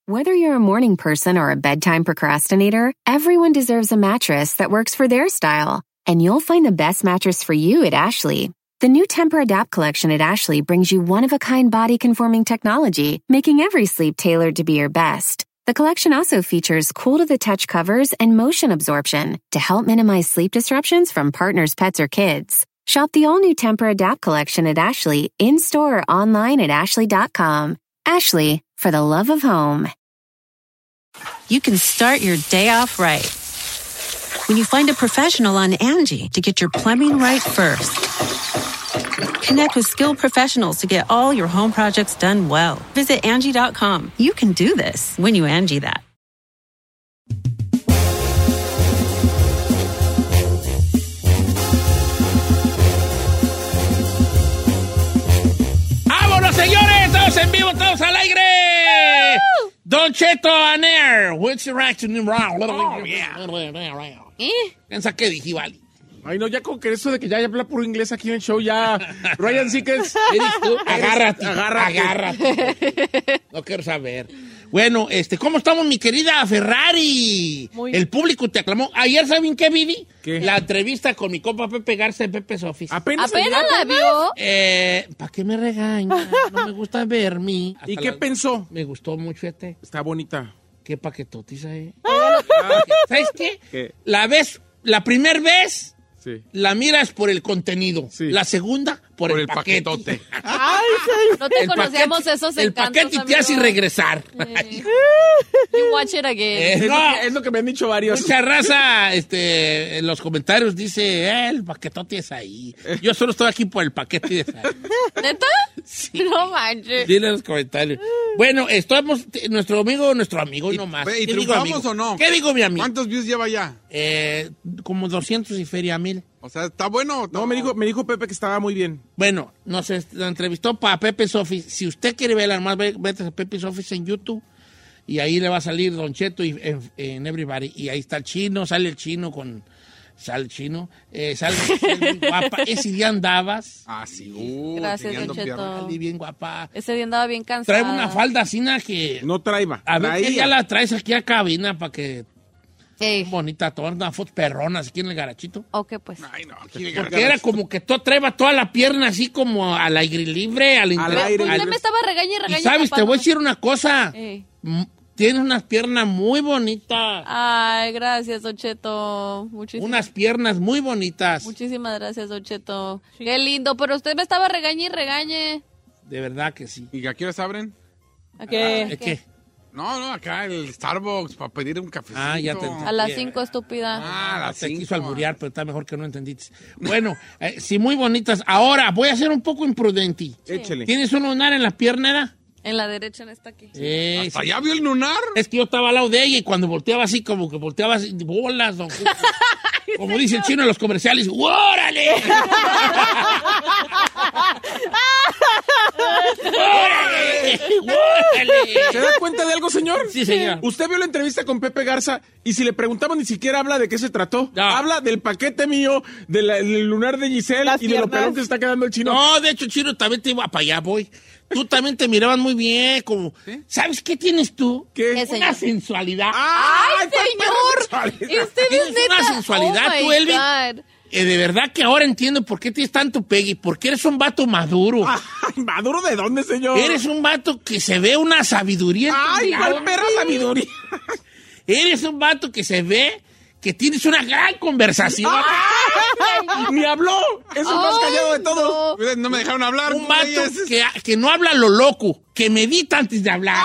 Whether you're a morning person or a bedtime procrastinator, everyone deserves a mattress that works for their style. And you'll find the best mattress for you at Ashley. The new Temper-Adapt collection at Ashley brings you one-of-a-kind body-conforming technology, making every sleep tailored to be your best. The collection also features cool-to-the-touch covers and motion absorption to help minimize sleep disruptions from partners, pets, or kids. Shop the all-new Temper-Adapt collection at Ashley, in-store or online at ashley.com. Ashley, for the love of home. You can start your day off right when you find a professional on Angie to get your plumbing right first. Connect with skilled professionals to get all your home projects done well. Visit Angie.com. You can do this when you Angie that. ¡Vámonos, señores! ¡Todos en vivo, todos al aire! Don Cheto on air. What's your reaction? Oh, yeah. Piensa que dije, vale. Ay, no, ya con que eso de que ya habla puro inglés aquí en el show, ya. Ryan Seekers. ¿Eres tú? Agárrate. No quiero saber. Bueno, ¿cómo estamos, mi querida Ferrari? El público te aclamó. Ayer, ¿saben qué, Vivi? ¿Qué? La entrevista con mi compa Pepe Garza de Pepe's Office. ¿Apenas la vio? ¿Para qué me regaña? No me gusta verme. ¿Y qué pensó? Me gustó mucho Está bonita. Qué paquetotiza, ¿Sabes qué? ¿Qué? La primera vez... Sí. La miras por el contenido. Sí. La segunda, por el paquetote. Ay, sí. No te conocíamos paquete, esos el encantos, paquete te hace regresar. You watch it again. Es lo que me han dicho varios. Mucha raza en los comentarios dice, el paquetote es ahí. Yo solo estoy aquí por el paquete de ahí. ¿Neta? Sí. No manches. Dile en los comentarios. Bueno, estamos, nuestro amigo y no más. ¿Y triunfamos o no? ¿Qué digo, mi amigo? ¿Cuántos views lleva ya? Como 200 y feria 1000. O sea, ¿está bueno? No, me dijo Pepe que estaba muy bien. Bueno, nos entrevistó para Pepe's Office. Si usted quiere verla, más vete a Pepe's Office en YouTube. Y ahí le va a salir Don Cheto en Everybody. Y ahí está el chino, sale el chino sale muy guapa. Ese día andabas. Ah, sí. Gracias, Don Cheto. Bien guapa. Ese día andaba bien cansada. Trae una falda así que... No traía. A ver que ya la traes aquí a cabina para que... Ey. Bonita, tomar una foto perronas aquí en el garachito. Ok, pues. Ay, no. Porque era como que traeba toda la pierna así como al aire libre, al aire. Usted me estaba regañando. Y sabes, te voy a decir una cosa. Ey. Tienes unas piernas muy bonitas. Ay, gracias, Don Cheto. Unas piernas muy bonitas. Muchísimas gracias, Don Cheto. Qué lindo, pero usted me estaba regañe. De verdad que sí. ¿Y a qué horas abren? ¿A qué? ¿Qué? No, acá el Starbucks para pedir un cafecito. Ah, ya te entendí. A las 5, estúpida. Ah, a las te 5. quiso alburear, pero está mejor que no entendiste. Bueno, sí, muy bonitas. Ahora, voy a ser un poco imprudente. Échele. ¿Tienes un lunar en la pierna, era? En la derecha, en esta aquí. ¿Hasta allá vio el lunar? Es que yo estaba al lado de ella y cuando volteaba así, como que volteaba así, bolas, don Julio. Como dice el chino en los comerciales, ¡órale! ¿Se da cuenta de algo, señor? Sí, señor. Usted vio la entrevista con Pepe Garza y si le preguntamos ni siquiera habla de qué se trató. No. Habla del paquete mío, del lunar de Giselle y de lo pelón que se está quedando el chino. No, de hecho, chino, también te iba para allá, voy. Tú también te miraban muy bien, como... ¿Sí? ¿Sabes qué tienes tú? ¿Qué? Una sensualidad. ¡Ay, señor! Tienes Ustedes una sensualidad, tú, Elvin. De verdad que ahora entiendo por qué tienes tanto pegue, porque eres un vato maduro. Ay, ¿maduro de dónde, señor? Eres un vato que se ve una sabiduría. Ay, ¿cuál perra sabiduría? Eres un vato que se ve que tienes una gran conversación. ¡Ay! ¡Me habló! Es el más callado de todos. No me dejaron hablar. Un vato que no habla lo loco, que medita antes de hablar.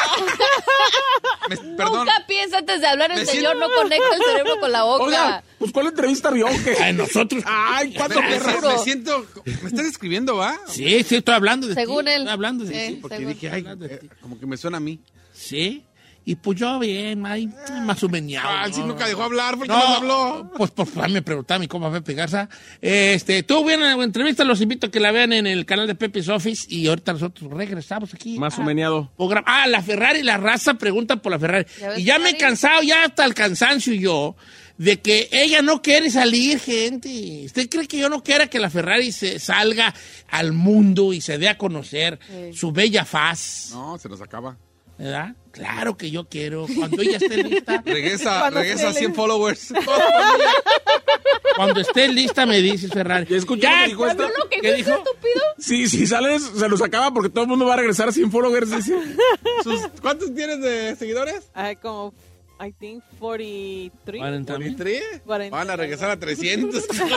Perdón. Nunca piensa antes de hablar, el señor no conecta el cerebro con la boca. Oiga, pues ¿cuál entrevista vio? A nosotros. Ay, ¿cuánto perras? Me siento... ¿Me estás escribiendo, va? Sí, estoy hablando de Según ti. él. Estoy hablando de ti. Porque dije, ay, como que me suena a mí. Sí. Y pues yo bien, más o menos. Ah, sí, nunca dejó hablar, ¿por qué no habló? Pues me preguntaba mi compa Pepe Garza. Tuvo bien la entrevista, los invito a que la vean en el canal de Pepe's Office y ahorita nosotros regresamos aquí. Más o meneado. La Ferrari, la raza pregunta por la Ferrari. Y ya me he cansado, ya hasta el cansancio yo, de que ella no quiere salir, gente. ¿Usted cree que yo no quiera que la Ferrari se salga al mundo y se dé a conocer su bella faz? No, se nos acaba. ¿Verdad? Claro que yo quiero. Cuando ella esté lista. Regresa a 100 followers. Cuando esté lista me dices, Ferrari. ¿Ya escuchó lo que dijo esto? ¿Qué dijo? Estúpido. Sí, si sales, se los acaba porque todo el mundo va a regresar a 100 followers, dice. ¿Cuántos tienes de seguidores? Como, I think 43. 43. 40. Van a regresar a 300. 400,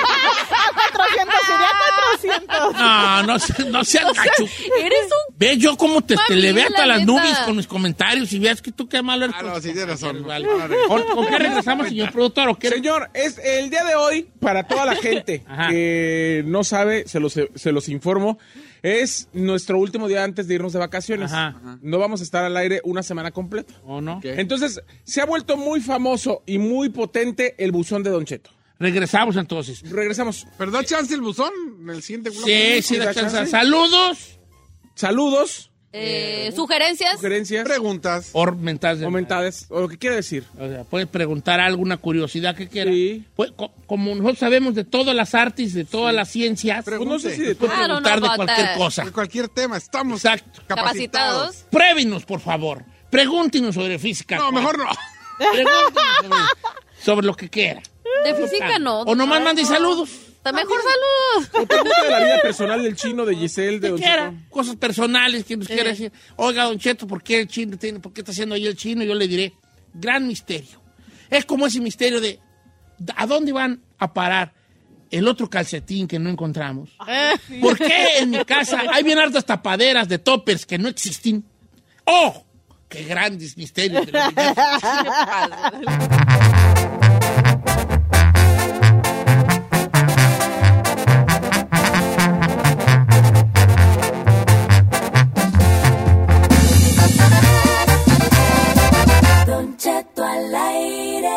sería 400. No seas gacho. Eres un... Ve yo cómo te le ve hasta Familia, las neta. nubes con mis comentarios y veas que tú qué malo eres. No, sí tienes razón. Vale. ¿Con qué regresamos, señor productor? ¿O qué? Señor, es el día de hoy, para toda la gente Ajá. que no sabe, se los informo, es nuestro último día antes de irnos de vacaciones. Ajá. No vamos a estar al aire una semana completa. ¿O no? ¿Qué? Entonces, se ha vuelto muy famoso y muy potente el buzón de Don Cheto. Regresamos entonces. Regresamos. ¿Pero da chance el buzón en el siguiente bloque? Sí, da da chance. chance. Saludos. Saludos, Sugerencias. sugerencias, Preguntas. O mensajes de- comentarios, o lo que quiera decir. O sea, puedes preguntar alguna curiosidad que quieras. Sí. Pues, como nosotros sabemos de todas las artes, de todas las ciencias, Pues no sé si de puedes I don't preguntar know de about cualquier that. cosa. De cualquier tema. Estamos Exacto. capacitados. Pruébenos, por favor. Pregúntenos sobre física. No, mejor no. Pregúntenos sobre lo que quiera. De física no. O nomás mande saludos. Está mejor salud. O pregunta de la vida personal del chino, de Giselle, de Que Don quiera. Cheto. Cosas personales que nos quiera decir. Oiga, Don Cheto, ¿por qué el chino tiene, por qué está haciendo ahí el chino? Yo le diré, gran misterio. Es como ese misterio de ¿a dónde van a parar el otro calcetín que no encontramos? ¿Por qué en mi casa hay bien hartas tapaderas de toppers que no existen? ¡Oh! ¡Qué grandes misterios del universo! Don Cheto al aire.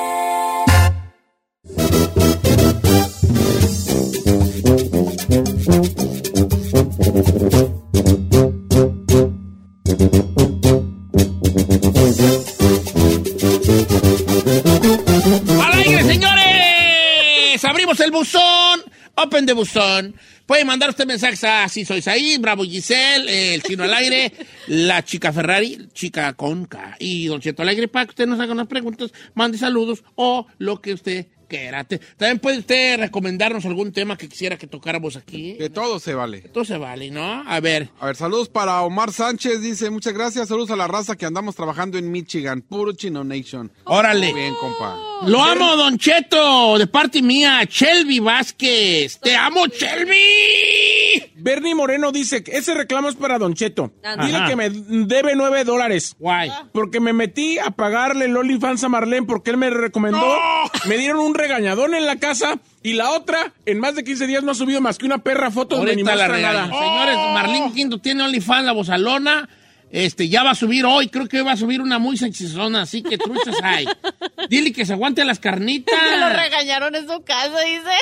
¡Al aire, señores! ¡Abrimos el buzón! Open de buzón. Pueden mandar usted mensajes a Si Sois Ahí, Bravo Giselle, el chino al aire, la chica Ferrari, chica con K, y Don Cheto al aire para que usted nos haga unas preguntas, mande saludos o lo que usted quiera. También puede usted recomendarnos algún tema que quisiera que tocáramos aquí. Que todo se vale. Todo se vale, ¿no? A ver. A ver, saludos para Omar Sánchez. Dice, muchas gracias. Saludos a la raza que andamos trabajando en Michigan. Puro Chino Nation. Órale. Muy bien, compa. Lo amo, Don Cheto, de parte mía, Shelby Vázquez. ¡Te amo, Shelby! Bernie Moreno dice que ese reclamo es para Don Cheto. Ajá. Dile que me debe $9. Guay. Porque me metí a pagarle el OnlyFans a Marlene porque él me recomendó. Me dieron un regañadón en la casa y la otra, en más de 15 días no ha subido más que una perra foto donde ni Ahorita la muestra regaño. nada. Señores, Marlene Quinto tiene OnlyFans, la bozalona. Ya va a subir hoy, creo que hoy va a subir una muy sexizona, así que truchas hay. Dile que se aguante las carnitas. Se lo regañaron en su casa,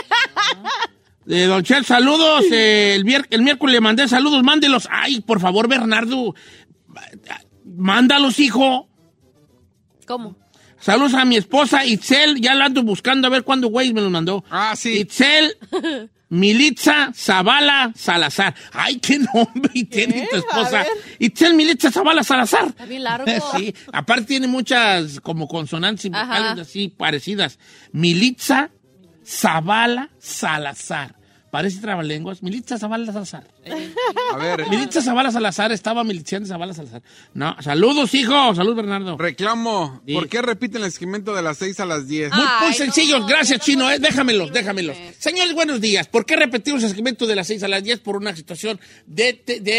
dice. Don Cheto, saludos. El miércoles le mandé saludos, mándelos. Ay, por favor, Bernardo, mándalos, hijo. ¿Cómo? Saludos a mi esposa Itzel, ya la ando buscando a ver cuándo güey me los mandó. Ah, sí. Itzel Militza Zavala Salazar. Ay, qué nombre tiene tu esposa. Itzel Militza Zavala Salazar. Está bien largo. Sí, aparte tiene muchas como consonantes y Ajá. vocales así parecidas. Militza Zavala Salazar. Parece trabalenguas. Militza Zavala Salazar. A ver, Militza Zavala Salazar estaba miliciando Zavala Salazar. No, saludos, hijo. Salud, Bernardo. reclamo. Sí. ¿Por qué repiten el segmento de las 6 a las 10? Muy Ay, sencillos, no, gracias, no, Chino. no, Déjamelos. no. Señores, buenos días. ¿Por qué repetimos el segmento de las 6 a las 10? Por una situación de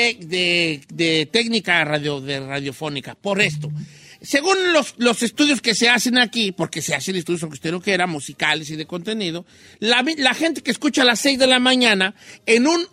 técnica radiofónica. Por esto. Según los estudios que se hacen aquí, porque se hacen estudios, aunque usted no quiera, musicales y de contenido, la gente que escucha a las 6 de la mañana, en un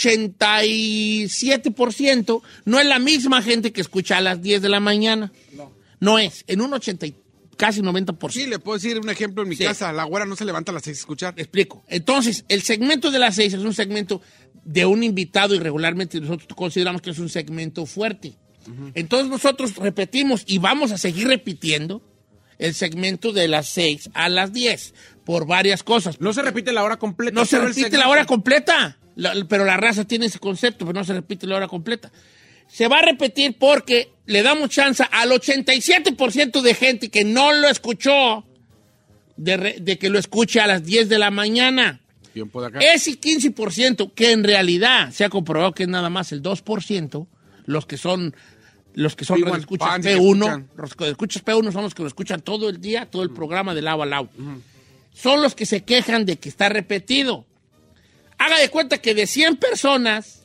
87%, no es la misma gente que escucha a las 10 de la mañana. No es, en un 80, casi 90%. Sí, le puedo decir un ejemplo en mi Sí. casa. La güera no se levanta a las 6 a escuchar. Me explico. Entonces, el segmento de las 6 es un segmento de un invitado y regularmente nosotros consideramos que es un segmento fuerte. Entonces nosotros repetimos y vamos a seguir repitiendo el segmento de las 6 a las 10 por varias cosas. No se repite la hora completa. No se solo el repite segmento. la hora completa, pero la raza tiene ese concepto, pero no se repite la hora completa. Se va a repetir porque le damos chance al 87% de gente que no lo escuchó de que lo escuche a las 10 de la mañana. Tiempo de acá. Ese 15% que en realidad se ha comprobado que es nada más el 2%, los que son escuchas fans que P1, escuchan. los que escuchas P1 son los que lo escuchan todo el día, todo el programa de lado a lado. Son los que se quejan de que está repetido. Haga de cuenta que de 100 personas,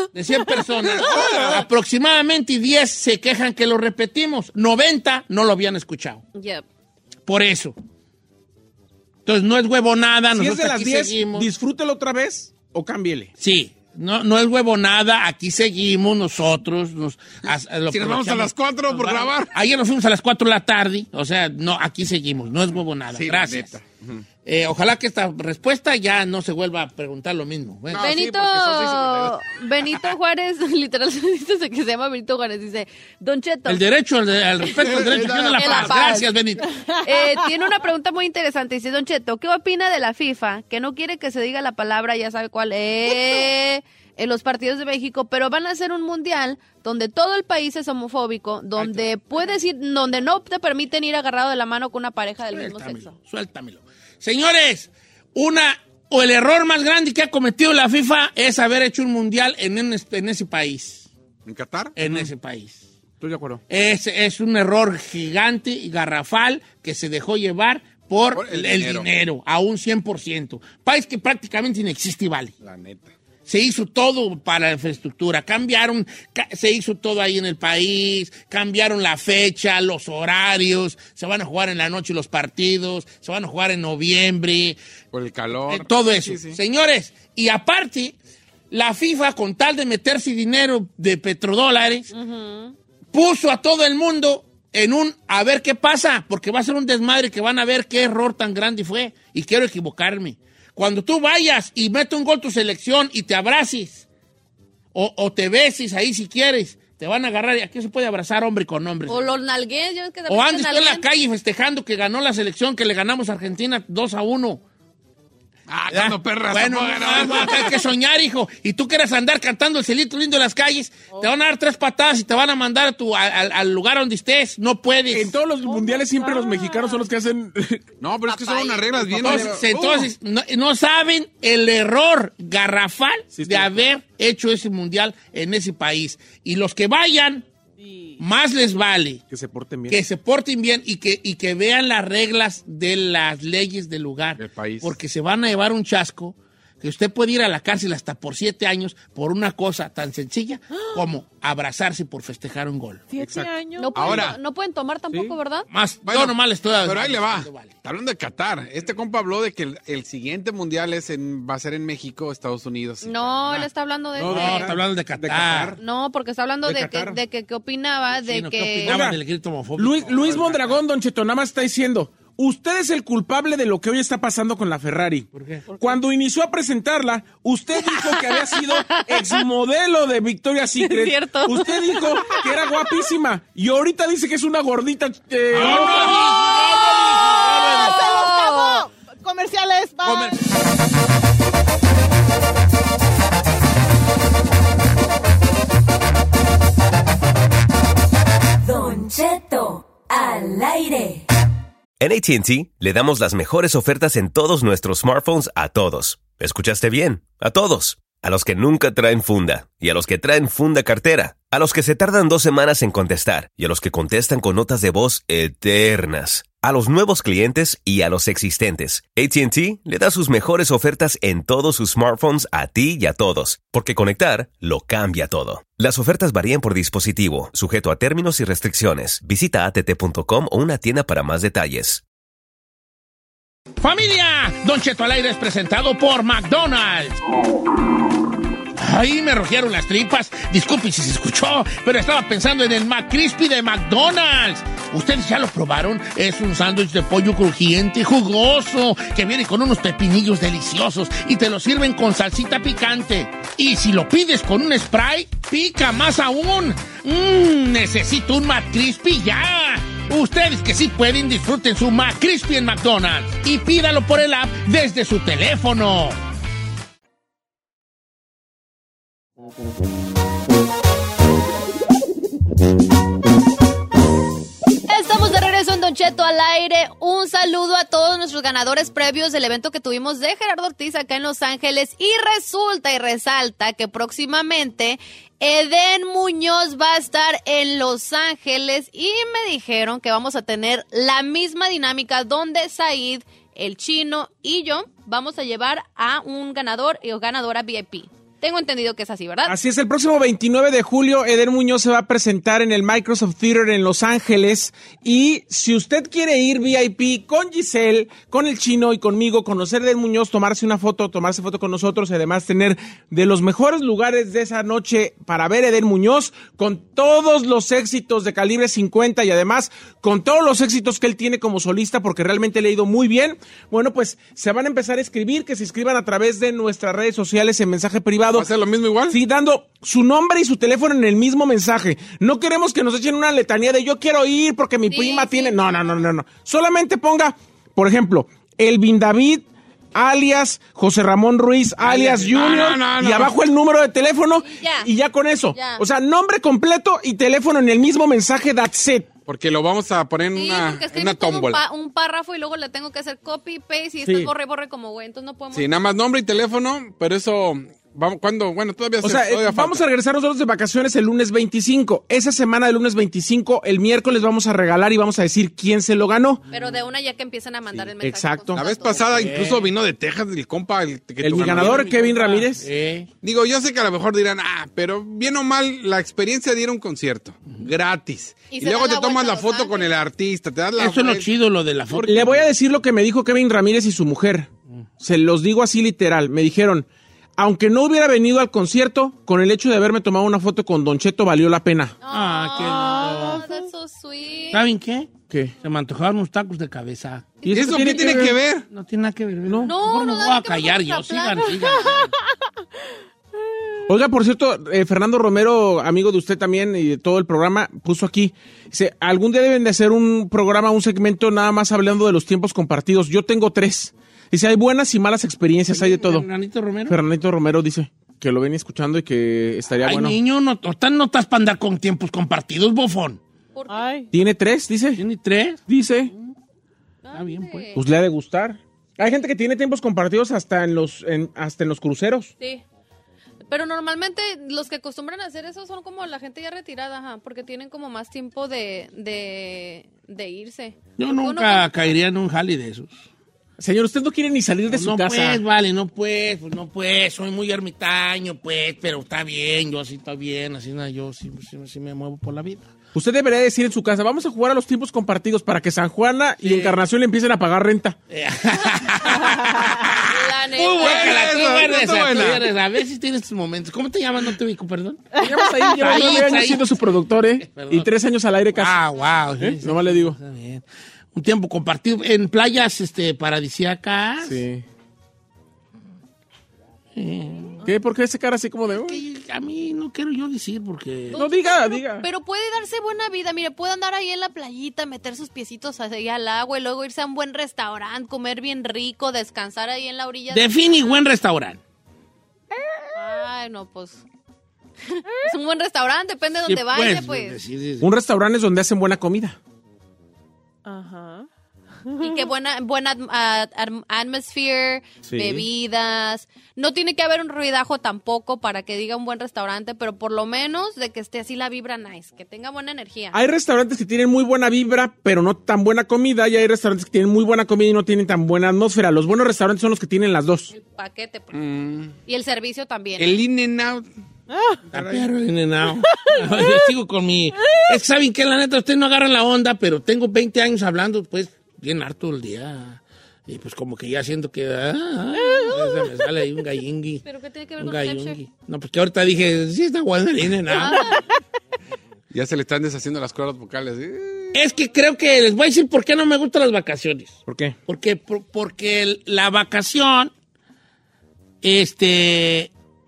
aproximadamente 10 se quejan que lo repetimos. 90 no lo habían escuchado. Yep. Por eso. Entonces no es huevonada. Si es Nosotros de las aquí 10, seguimos. disfrútelo otra vez o cámbiele. Sí, no es huevonada. Aquí seguimos nosotros. Si nos vamos a las 4 por grabar. Ayer nos fuimos a las 4 de la tarde. O sea, no, aquí seguimos. No es huevonada. Sí, gracias. la neta. Ojalá que esta respuesta ya no se vuelva a preguntar lo mismo. Bueno. No, sí, Benito, porque son 6:52. Benito Juárez, literalmente que se llama Benito Juárez, dice, Don Cheto, El derecho al respeto al derecho de la De la paz. paz. Gracias, Benito. tiene una pregunta muy interesante. Dice, Don Cheto, ¿qué opina de la FIFA? Que no quiere que se diga la palabra, ya sabe cuál en los partidos de México, pero van a hacer un mundial donde todo el país es homofóbico, donde puedes ir, donde no te permiten ir agarrado de la mano con una pareja del mismo sexo. Suéltamelo. Señores, el error más grande que ha cometido la FIFA es haber hecho un mundial en ese país. ¿En Qatar? En ese país. Estoy de acuerdo. Es un error gigante y garrafal que se dejó llevar por el dinero, a un 100%. País que prácticamente inexiste y vale. La neta. Se hizo todo para la infraestructura, se hizo todo ahí en el país, cambiaron la fecha, los horarios, se van a jugar en la noche los partidos, se van a jugar en noviembre, Por el calor. todo eso. Sí, sí. Señores, y aparte, la FIFA, con tal de meterse dinero de petrodólares, puso a todo el mundo en a ver qué pasa, porque va a ser un desmadre que van a ver qué error tan grande fue, y quiero equivocarme. Cuando tú vayas y mete un gol tu selección y te abraces o te beses ahí si quieres, te van a agarrar. Y aquí se puede abrazar hombre con hombre. O los nalgués, yo es que de O repente andes tú en la nalguean. calle festejando que ganó la selección, que le ganamos a Argentina 2-1. Cuando perras. Bueno, hay que soñar, hijo. Y tú quieres andar cantando el celito lindo en las calles, te van a dar 3 patadas y te van a mandar al lugar donde estés. No puedes. En todos los mundiales siempre los mexicanos son los que hacen... No, pero es que son unas reglas bien... Entonces, no saben el error garrafal Sí, de haber hecho ese mundial en ese país. Y los que vayan, más les vale que se porten bien. que se porten bien y que vean las reglas de las leyes del lugar. Del país. Porque se van a llevar un chasco que usted puede ir a la cárcel hasta por 7 años por una cosa tan sencilla como abrazarse por festejar un gol. 7 años. No pueden tomar tampoco, ¿verdad? Bueno, yo nomás le estoy Pero ahí le va. Vale. Está hablando de Qatar. Este compa habló de que el siguiente mundial va a ser en México, Estados Unidos. No, él está hablando de... No, está hablando de Qatar. No, porque está hablando De de Qatar. que opinaba de Sí, no, ¿qué que... opinaba Oiga, del grito homofóbico? Luis Mondragón, Don Cheto, nada más está diciendo, usted es el culpable de lo que hoy está pasando con la Ferrari. ¿Por qué? Cuando inició a presentarla, usted dijo que había sido exmodelo de Victoria's Secret. Es cierto. Usted dijo que era guapísima y ahorita dice que es una gordita. ¡Ah, se los acabó! Comerciales, bye. Don Cheto al aire. En AT&T le damos las mejores ofertas en todos nuestros smartphones a todos. ¿Escuchaste bien? A todos. A los que nunca traen funda y a los que traen funda cartera. A los que se tardan 2 semanas en contestar y a los que contestan con notas de voz eternas. A los nuevos clientes y a los existentes. AT&T le da sus mejores ofertas en todos sus smartphones a ti y a todos. Porque conectar lo cambia todo. Las ofertas varían por dispositivo, sujeto a términos y restricciones. Visita att.com o una tienda para más detalles. ¡Familia! Don Cheto al aire es presentado por McDonald's. Ay, me rogieron las tripas. Disculpe si se escuchó, pero estaba pensando en el McCrispy de McDonald's. ¿Ustedes ya lo probaron? Es un sándwich de pollo crujiente, jugoso, que viene con unos pepinillos deliciosos y te lo sirven con salsita picante. Y si lo pides con un Sprite, pica más aún. Necesito un McCrispy ya. Ustedes que sí pueden, disfruten su McCrispy en McDonald's y pídalo por el app desde su teléfono. Don Cheto al aire. Un saludo a todos nuestros ganadores previos del evento que tuvimos de Gerardo Ortiz acá en Los Ángeles. Y resulta y resalta que próximamente Edén Muñoz va a estar en Los Ángeles y me dijeron que vamos a tener la misma dinámica donde Said, el Chino y yo vamos a llevar a un ganador o ganadora VIP. Tengo entendido que es así, ¿verdad? Así es, el próximo 29 de julio, Edén Muñoz se va a presentar en el Microsoft Theater en Los Ángeles. Y si usted quiere ir VIP con Giselle, con el Chino y conmigo, conocer a Edén Muñoz, tomarse foto con nosotros y además tener de los mejores lugares de esa noche para ver a Edén Muñoz, con todos los éxitos de calibre 50 y además con todos los éxitos que él tiene como solista, porque realmente le ha ido muy bien. Bueno, pues se van a empezar a escribir, que se inscriban a través de nuestras redes sociales en mensaje privado. ¿Va a ser lo mismo igual? Sí, dando su nombre y su teléfono en el mismo mensaje. No queremos que nos echen una letanía de yo quiero ir porque mi prima tiene... No. Solamente ponga, por ejemplo, Elvin David, alias José Ramón Ruiz, alias Junior, y abajo el número de teléfono y ya con eso. Ya. O sea, nombre completo y teléfono en el mismo mensaje, that's it. Porque lo vamos a poner en una tómbola. Un párrafo y luego le tengo que hacer copy, paste y esto borre como güey. Entonces no podemos... Sí, nada más nombre y teléfono, pero eso... todavía vamos a regresar nosotros de vacaciones el lunes 25. Esa semana del lunes 25, el miércoles vamos a regalar y vamos a decir quién se lo ganó. Pero de una ya que empiezan a mandar el mensaje. Exacto. La vez pasada incluso vino de Texas el compa. El ganador, Kevin Ramírez. Digo, yo sé que a lo mejor dirán, pero bien o mal, la experiencia de ir a un concierto. Gratis. Y luego te tomas la foto con el artista. Eso es lo chido, lo de la foto. Le voy a decir lo que me dijo Kevin Ramírez y su mujer. Se los digo así literal. Me dijeron... Aunque no hubiera venido al concierto, con el hecho de haberme tomado una foto con Don Cheto valió la pena. Qué lindo. That's so sweet. ¿Saben qué? ¿Qué? Se me antojaron unos tacos de cabeza. ¿Y eso qué tiene que ver? No tiene nada que ver. No, me voy a callar yo. Sigan. Oiga, por cierto, Fernando Romero, amigo de usted también y de todo el programa, puso aquí, dice, algún día deben de hacer un programa, un segmento nada más hablando de los tiempos compartidos. Yo tengo 3. Dice, hay buenas y malas experiencias, hay de todo. Fernandito Romero dice que lo ven escuchando y que estaría bueno. Ay, niño, no estás para andar con tiempos compartidos, bofón. ¿Tiene 3, dice? ¿Tiene 3? Dice. Está bien, pues. Pues le ha de gustar. Hay gente que tiene tiempos compartidos hasta en los cruceros. Sí. Pero normalmente los que acostumbran a hacer eso son como la gente ya retirada, porque tienen como más tiempo de irse. Yo nunca caería en un jali de esos. Señor, usted no quiere ni salir de su casa. No pues, soy muy ermitaño, pues, pero está bien, yo así está bien, así yo sí me muevo por la vida. Usted debería decir en su casa, vamos a jugar a los tiempos compartidos para que San Juana y Encarnación le empiecen a pagar renta. A ver si tienes tus momentos. ¿Cómo te llamas? No te ubico, perdón. Te llamas ahí, lleva 9 años siendo su productor, y 3 años al aire casi. Wow. Nomás le digo. Está bien. Un tiempo compartido en playas paradisíacas. Sí. ¿Qué? ¿Por qué ese cara así como de...? A mí no quiero yo decir porque... No, diga. Pero puede darse buena vida. Mire, puede andar ahí en la playita, meter sus piecitos ahí al agua y luego irse a un buen restaurante, comer bien rico, descansar ahí en la orilla. Define buen restaurante. Ay, no, pues... Es un buen restaurante, depende de dónde vaya, pues. Sí. Un restaurante es donde hacen buena comida. Ajá. Y que buena atmosphere, bebidas. No tiene que haber un ruidajo tampoco para que diga un buen restaurante, pero por lo menos de que esté así la vibra nice, que tenga buena energía. Hay restaurantes que tienen muy buena vibra, pero no tan buena comida, y hay restaurantes que tienen muy buena comida y no tienen tan buena atmósfera. Los buenos restaurantes son los que tienen las dos. El paquete, pues. Y el servicio también. El In-N-Out. Pero el In-N-Out. Yo sigo con mi... Es que saben que la neta ustedes no agarran la onda, pero tengo 20 años hablando, pues, bien harto el día. Y pues como que ya siento que... me sale ahí un gallingui. ¿Pero qué tiene que ver con el chef? No, pues que ahorita dije, sí está bueno el In-N-Out. Ya se le están deshaciendo las cuerdas vocales. Es que creo que les voy a decir por qué no me gustan las vacaciones. ¿Por qué? Porque la vacación, es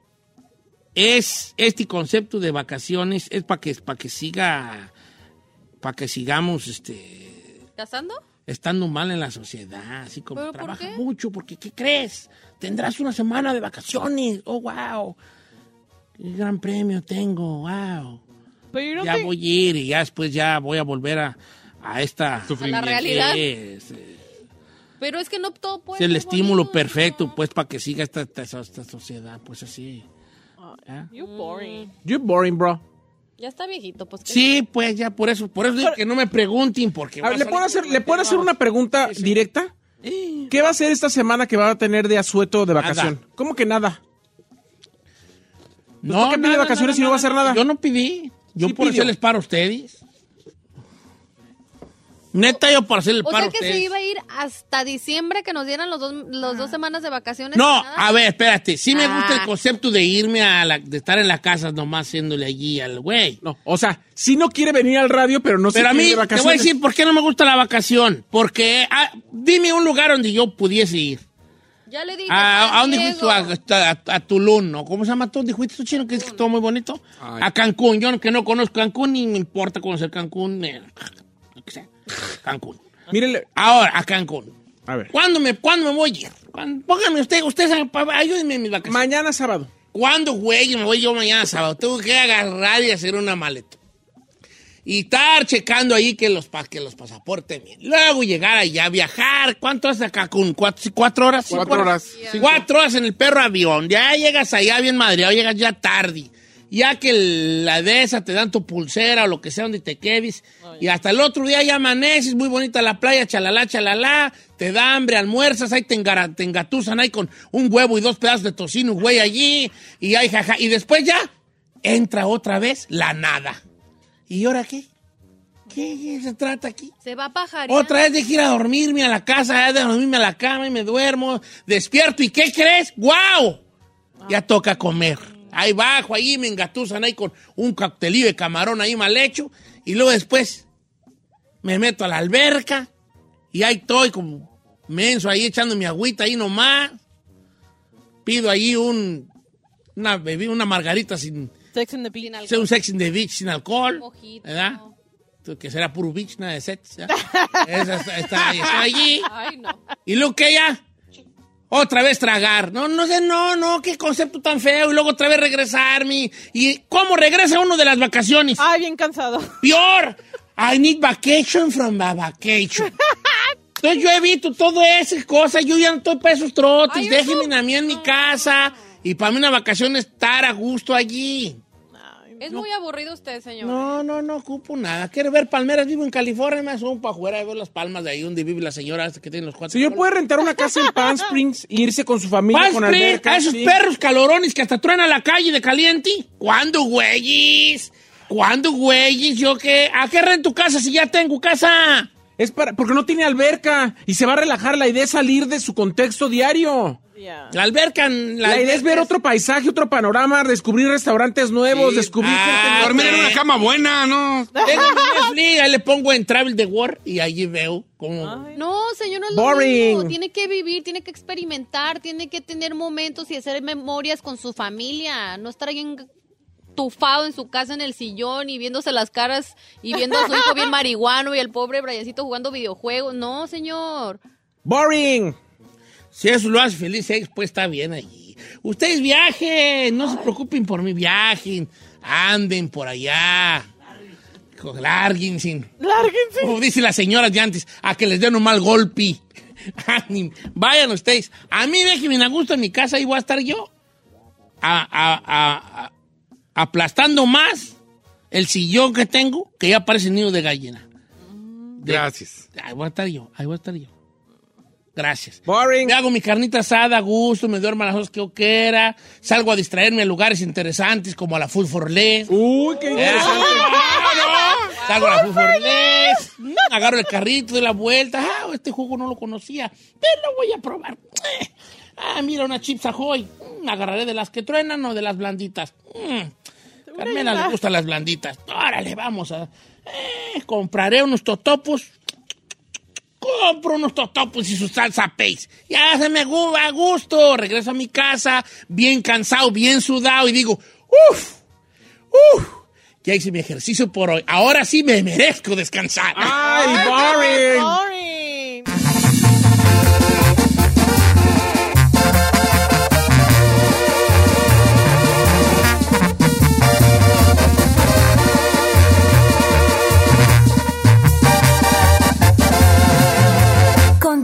este concepto de vacaciones es para que sigamos, ¿Casando? Estando mal en la sociedad, así como trabaja mucho, porque ¿qué crees? Tendrás una semana de vacaciones, oh wow, qué gran premio tengo, wow. Ya voy a ir y ya después ya voy a volver a a esta sufrimiento. A la realidad. Pero es que no todo puede ser el estímulo bonito, perfecto, pues, para que siga esta sociedad, pues así. You're boring. You're boring, bro. Ya está viejito, pues. Sí, pues ya, por eso digo que no me pregunten, porque... A ver, ¿le puedo hacer una pregunta directa? ¿Qué va a hacer esta semana que va a tener de asueto de vacación? Nada. ¿Cómo que nada? No, ¿Por qué pide vacaciones si no va a hacer nada? Yo no pedí. Yo Sí por pidió. hacerles paro a ustedes. Neta, yo por hacerles O paro sea a que ustedes. se iba a ir hasta diciembre que nos dieran los 2 semanas de vacaciones. No, ¿nada? a ver, espérate. Sí me gusta el Ah. concepto de irme de estar en la casa nomás haciéndole allí al güey. No, o sea, sí no quiere venir al radio, pero no se Pero a quiere mí, ir de te voy a vacaciones. decir por qué no me gusta la vacación. Porque, dime un lugar donde yo pudiese ir. Ya le dije. ¿A dónde San fuiste tú? Diego. A Tulum, ¿no? ¿Cómo se llama tú? ¿Dónde fuiste tú, chino? Que es todo muy bonito. Ay. A Cancún. Yo que no conozco Cancún ni me importa conocer Cancún. Lo que sea. Cancún. Mírenle, Ahora, a Cancún. a ver. ¿Cuándo me voy a ir? Póngame ustedes, ayúdenme en mis vacaciones. Mañana sábado. ¿Cuándo, güey? Me voy yo mañana sábado. Tengo que agarrar y hacer una maleta. Y estar checando ahí que los pasaportes bien. Luego llegar allá, viajar. ¿Cuánto hace a Cancún? ¿4 horas? 4 horas. 4 horas en el perro avión. Ya llegas allá bien madreado, llegas ya tarde. Ya que la de esa te dan tu pulsera o lo que sea donde te quedes. Y hasta el otro día ya amaneces, muy bonita la playa, chalala, chalala. Te da hambre, almuerzas, ahí te engatusan ahí con un huevo y 2 pedazos de tocino, güey, allí. Y ahí, jaja. Y después ya entra otra vez la nada. ¿Y ahora qué? ¿Qué se trata aquí? Se va a pajarear. Otra vez de ir a dormirme a la casa, de dormirme a la cama y me duermo, despierto. ¿Y qué crees? ¡Guau! Ya toca comer. Ahí bajo, ahí me engatusan ahí con un coctelillo de camarón ahí mal hecho. Y luego después me meto a la alberca y ahí estoy como menso ahí echando mi agüita ahí nomás. Pido ahí una bebida, una margarita sin... Sex in the Beach. Sea un sex in the beach sin alcohol, Mojito. ¿verdad? Que será puro beach, nada de sex. ¿verdad? está allí. Ay, no. Y luego que ya, otra vez tragar. No sé, qué concepto tan feo. Y luego otra vez regresarme. ¿Y cómo regresa uno de las vacaciones? Ay, bien cansado. Peor. I need vacation from a vacation. Entonces yo evito todas esas cosas. Yo ya no estoy para esos trotes. Ay, Déjenme eso- a mí en mi casa. Y para mí una vacación es estar a gusto allí. Es muy aburrido usted, señor. No ocupo nada. Quiero ver palmeras, vivo en California, me asumo para afuera y ver las palmas de ahí donde vive la señora esta que tiene los 4. Señor, ¿puede rentar una casa en Palm Springs e irse con su familia Palm con Springs, alberca? a esos Sí. perros calorones que hasta truenan a la calle de caliente. ¿Cuándo, güeyes? ¿Yo qué? ¿A qué rento casa si ya tengo casa? Es porque no tiene alberca y se va a relajar. La idea es salir de su contexto diario. Yeah. La alberca... La idea es ver otro paisaje, otro panorama, descubrir restaurantes nuevos, Sí. descubrir gente. Dormir en una cama buena, ¿no? Tengo mi Netflix, ahí le pongo en Travel the World y allí veo cómo... No, señor, no es Boring. lo mismo. Tiene que vivir, tiene que experimentar, tiene que tener momentos y hacer memorias con su familia. No estar ahí tufado en su casa en el sillón y viéndose las caras y viendo a su hijo bien marihuano y el pobre Briancito jugando videojuegos. No, señor. Boring. Si eso lo hace feliz, pues está bien allí. Ustedes viajen, no se preocupen por mi viaje. Anden por allá. Lárguense. Lárguense. Como dice la señora de antes, a que les den un mal golpe. Vayan ustedes. A mí déjenme a gusto en mi casa y voy a estar yo aplastando más el sillón que tengo, que ya parece nido de gallina. Gracias. Ahí voy a estar yo. Gracias. Boring. Me hago mi carnita asada a gusto, me duermo a las horas que yo quiera, salgo a distraerme a lugares interesantes como a la Food for Less. Uy, qué interesante. Salgo a la Food for Less, agarro el carrito de la vuelta. Este jugo no lo conocía, pero lo voy a probar. Mira, una Chips Ahoy. Agarraré de las que truenan o de las blanditas. Carmela le gustan las blanditas. Órale, vamos a... compraré unos totopos. Compro unos totopos y su salsa pace. Ya se me va a gusto. Regreso a mi casa, bien cansado, bien sudado, y digo, ya hice mi ejercicio por hoy. Ahora sí me merezco descansar. Ay, boring. Boring.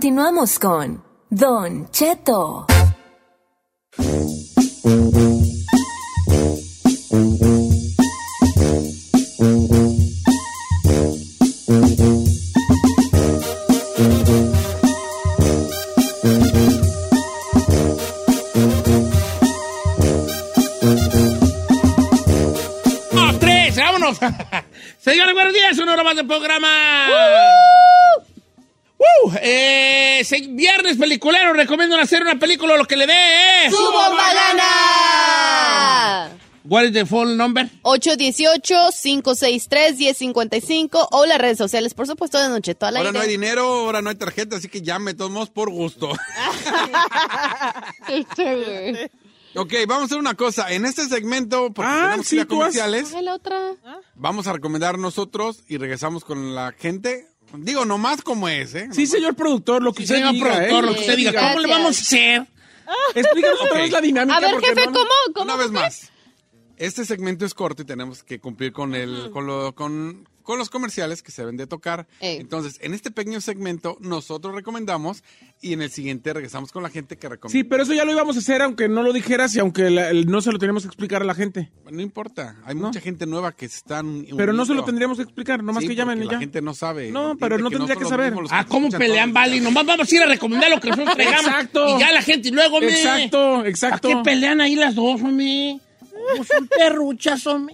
Continuamos con Don Cheto. Señores, buenos días, una hora más del programa. Viernes peliculero, recomiendo hacer una película, lo que le dé. ¡Su bomba gana! What is the phone number? 818-563-1055 o las redes sociales, por supuesto, de Don Cheto al aire. Ahora no hay dinero, ahora no hay tarjeta, así que llame, todos modos, por gusto. Ok, vamos a hacer una cosa. En este segmento, porque tenemos que ir a comerciales, la otra. vamos a recomendar nosotros y regresamos con la gente. Digo, nomás como es, ¿eh? Sí, señor productor, lo que usted Señor diga, productor, lo que Sí, usted diga. ¿Cómo le gracias. vamos a hacer? Explícanos otra vez la dinámica. A ver, porque jefe, no- ¿cómo? Una vez más. Este segmento es corto y tenemos que cumplir con con los comerciales que se deben de tocar. Entonces, en este pequeño segmento, nosotros recomendamos y en el siguiente regresamos con la gente que recomienda. Sí, pero eso ya lo íbamos a hacer aunque no lo dijeras y aunque no se lo teníamos que explicar a la gente. No importa, hay mucha gente nueva que se están Pero no se lo uniendo. tendríamos que explicar, nomás Sí, que llamen y porque ya. la gente no sabe. No, Entiende pero no tendría que nosotros saber. mismos los ¿Cómo escuchan pelean, todos los Vali? Nomás vamos a ir a recomendar lo que nosotros traigamos. Exacto. Y ya la gente, y luego, me. Exacto. ¿A qué pelean ahí las dos, hombre? No son perruchas, hombre.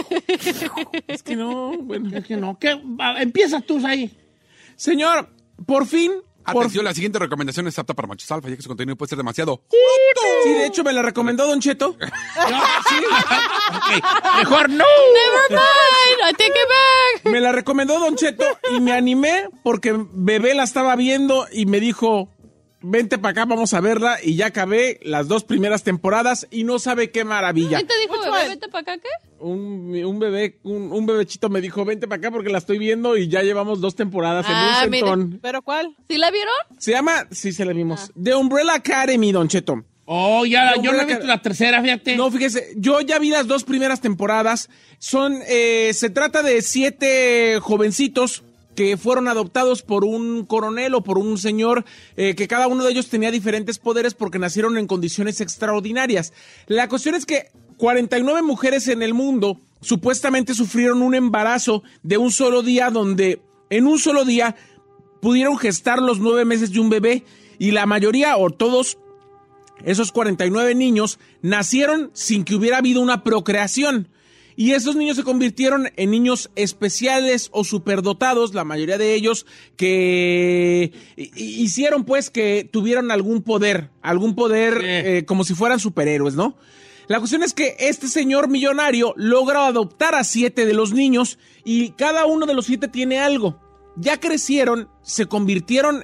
Es que no, bueno. Es que no. Empiezas tú ahí. Señor, por fin. Atención, la siguiente recomendación es apta para machos alfa, ya que su contenido puede ser demasiado. Sí, de hecho me la recomendó Don Cheto. No, sí. Ok, mejor no. Never mind, I take it back. Me la recomendó Don Cheto y me animé porque Bebé la estaba viendo y me dijo, vente para acá, vamos a verla. Y ya acabé las 2 primeras temporadas y no sabe qué maravilla. ¿Quién te dijo, bebé, vete para acá, qué? Un bebechito me dijo, vente para acá porque la estoy viendo y ya llevamos 2 temporadas en un mire. centón. ¿Pero cuál? ¿Sí la vieron? Se llama, sí se la vimos, The Umbrella Academy, Don Cheto. Oh, ya, yo no he visto la tercera, fíjate. No, fíjese, yo ya vi las 2 primeras temporadas. Se trata de 7 jovencitos que fueron adoptados por un coronel o por un señor, que cada uno de ellos tenía diferentes poderes porque nacieron en condiciones extraordinarias. La cuestión es que 49 mujeres en el mundo supuestamente sufrieron un embarazo de un solo día, donde en un solo día pudieron gestar los 9 meses de un bebé, y la mayoría o todos esos 49 niños nacieron sin que hubiera habido una procreación. Y esos niños se convirtieron en niños especiales o superdotados, la mayoría de ellos, que hicieron pues que tuvieran algún poder, como si fueran superhéroes, ¿no? La cuestión es que este señor millonario logra adoptar a 7 de los niños y cada uno de los 7 tiene algo. Ya crecieron, se convirtieron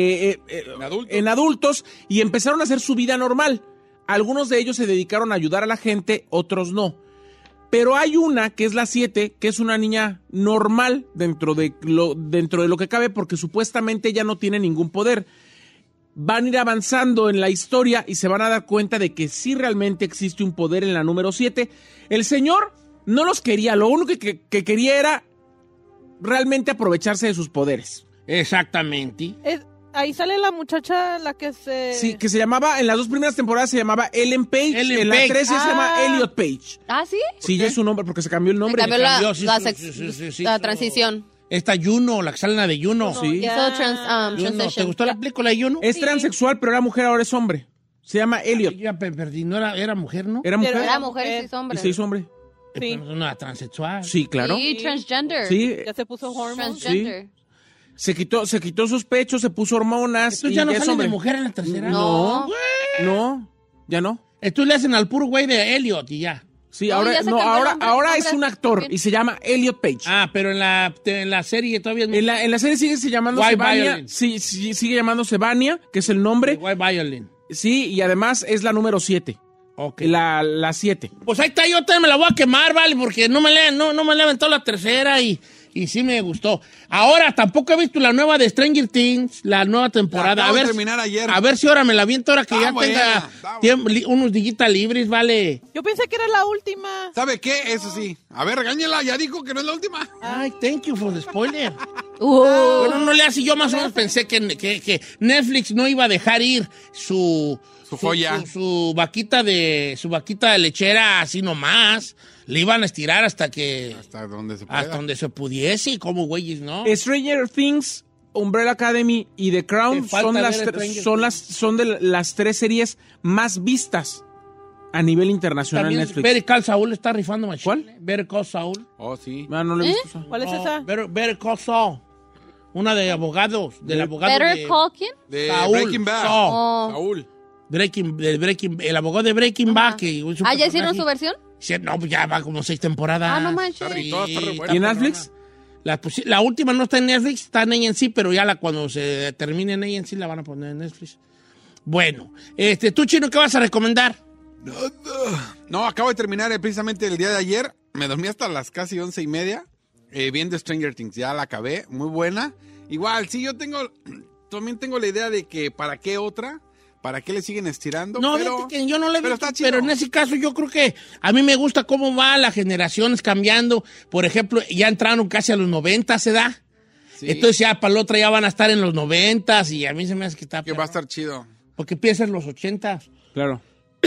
en adultos y empezaron a hacer su vida normal. Algunos de ellos se dedicaron a ayudar a la gente, otros no. Pero hay una, que es la 7, que es una niña normal dentro de lo que cabe, porque supuestamente ella no tiene ningún poder. Van a ir avanzando en la historia y se van a dar cuenta de que sí realmente existe un poder en la número 7. El señor no los quería, lo único que quería era realmente aprovecharse de sus poderes. Exactamente. Ahí sale la muchacha, la que se... Sí, que se llamaba, en las 2 primeras temporadas se llamaba Ellen Page, en la 13 se llama Elliot Page. ¿Ah, sí? Sí, ya es su nombre, porque se cambió el nombre. Se cambió Sí, la transición. Esta Juno, la que sale en la de Juno. Sí. Hizo Juno, ¿te transition. gustó la película de Juno? Es transexual, pero era mujer, ahora es hombre. Se llama Elliot. Ya perdí, no era mujer, ¿no? Era mujer Era mujer y se hizo y hombre. se hizo hombre. Sí. Pero no era transexual. Sí, claro. Sí, transgender. Sí, Ya se puso hormones. Transgender. se quitó sus pechos, se puso hormonas. Entonces y ya no es sale hombre. de mujer en la tercera. No. No, ya no. Entonces le hacen al puro güey de Elliot y ya. Sí, No, ahora, ya se no, cambió el ahora nombre, es un actor también. y se llama Elliot Page. Ah, pero en la serie todavía es... En la serie sigue llamándose White Vania. Violin. Sí, sigue llamándose Vania, que es el nombre. White Violin. Sí, y además es la número 7. Ok. La 7. Pues ahí está, yo también me la voy a quemar, ¿vale? Porque no me le aventado la tercera y sí me gustó. Ahora, tampoco he visto la nueva de Stranger Things, la nueva temporada. La acabo de terminar ayer. A ver si ahora me la aviento ahora que Está ya buena, tenga está buena. unos digital libres, ¿vale? Yo pensé que era la última. ¿Sabe qué? Eso sí. A ver, regáñela, ya dijo que no es la última. Ay, thank you for the spoiler. Uh. Bueno, no le hace. Yo más o menos pensé que Netflix no iba a dejar ir su joya. Su vaquita de lechera así nomás. Le iban a estirar hasta donde se pueda. Hasta donde se pudiese. Como güeyes, ¿no? Stranger Things, Umbrella Academy y The Crown son de las 3 series más vistas a nivel internacional en Netflix. Better Call Saul está rifando machín. ¿Cuál? Better Call Saul. Oh, sí. No lo he visto. ¿Cuál es esa? Better Call Saul. Una de abogados. Del abogado ¿Better Call quién? De Saul. Breaking Bad. Saul. El abogado de Breaking Bad. ¿Ya hicieron su versión? No, pues ya va como 6 temporadas. No manches. Sí, ¿Y en Netflix? La última no está en Netflix, está en AMC, pero ya cuando se termine en AMC la van a poner en Netflix. Bueno, tú, Chino, ¿qué vas a recomendar? No, acabo de terminar precisamente el día de ayer. Me dormí hasta las casi 11:30 viendo Stranger Things. Ya la acabé, muy buena. Igual, sí, también tengo la idea de que ¿para qué otra? ¿Para qué le siguen estirando? No, pero que yo no le pero, pero en ese caso yo creo que a mí me gusta cómo va las generaciones cambiando. Por ejemplo, ya entraron casi a los 90, ¿se da? Sí. Entonces ya para la otra ya van a estar en los 90 y a mí se me hace que está... Que va a estar chido. Porque empieza en los 80. Claro.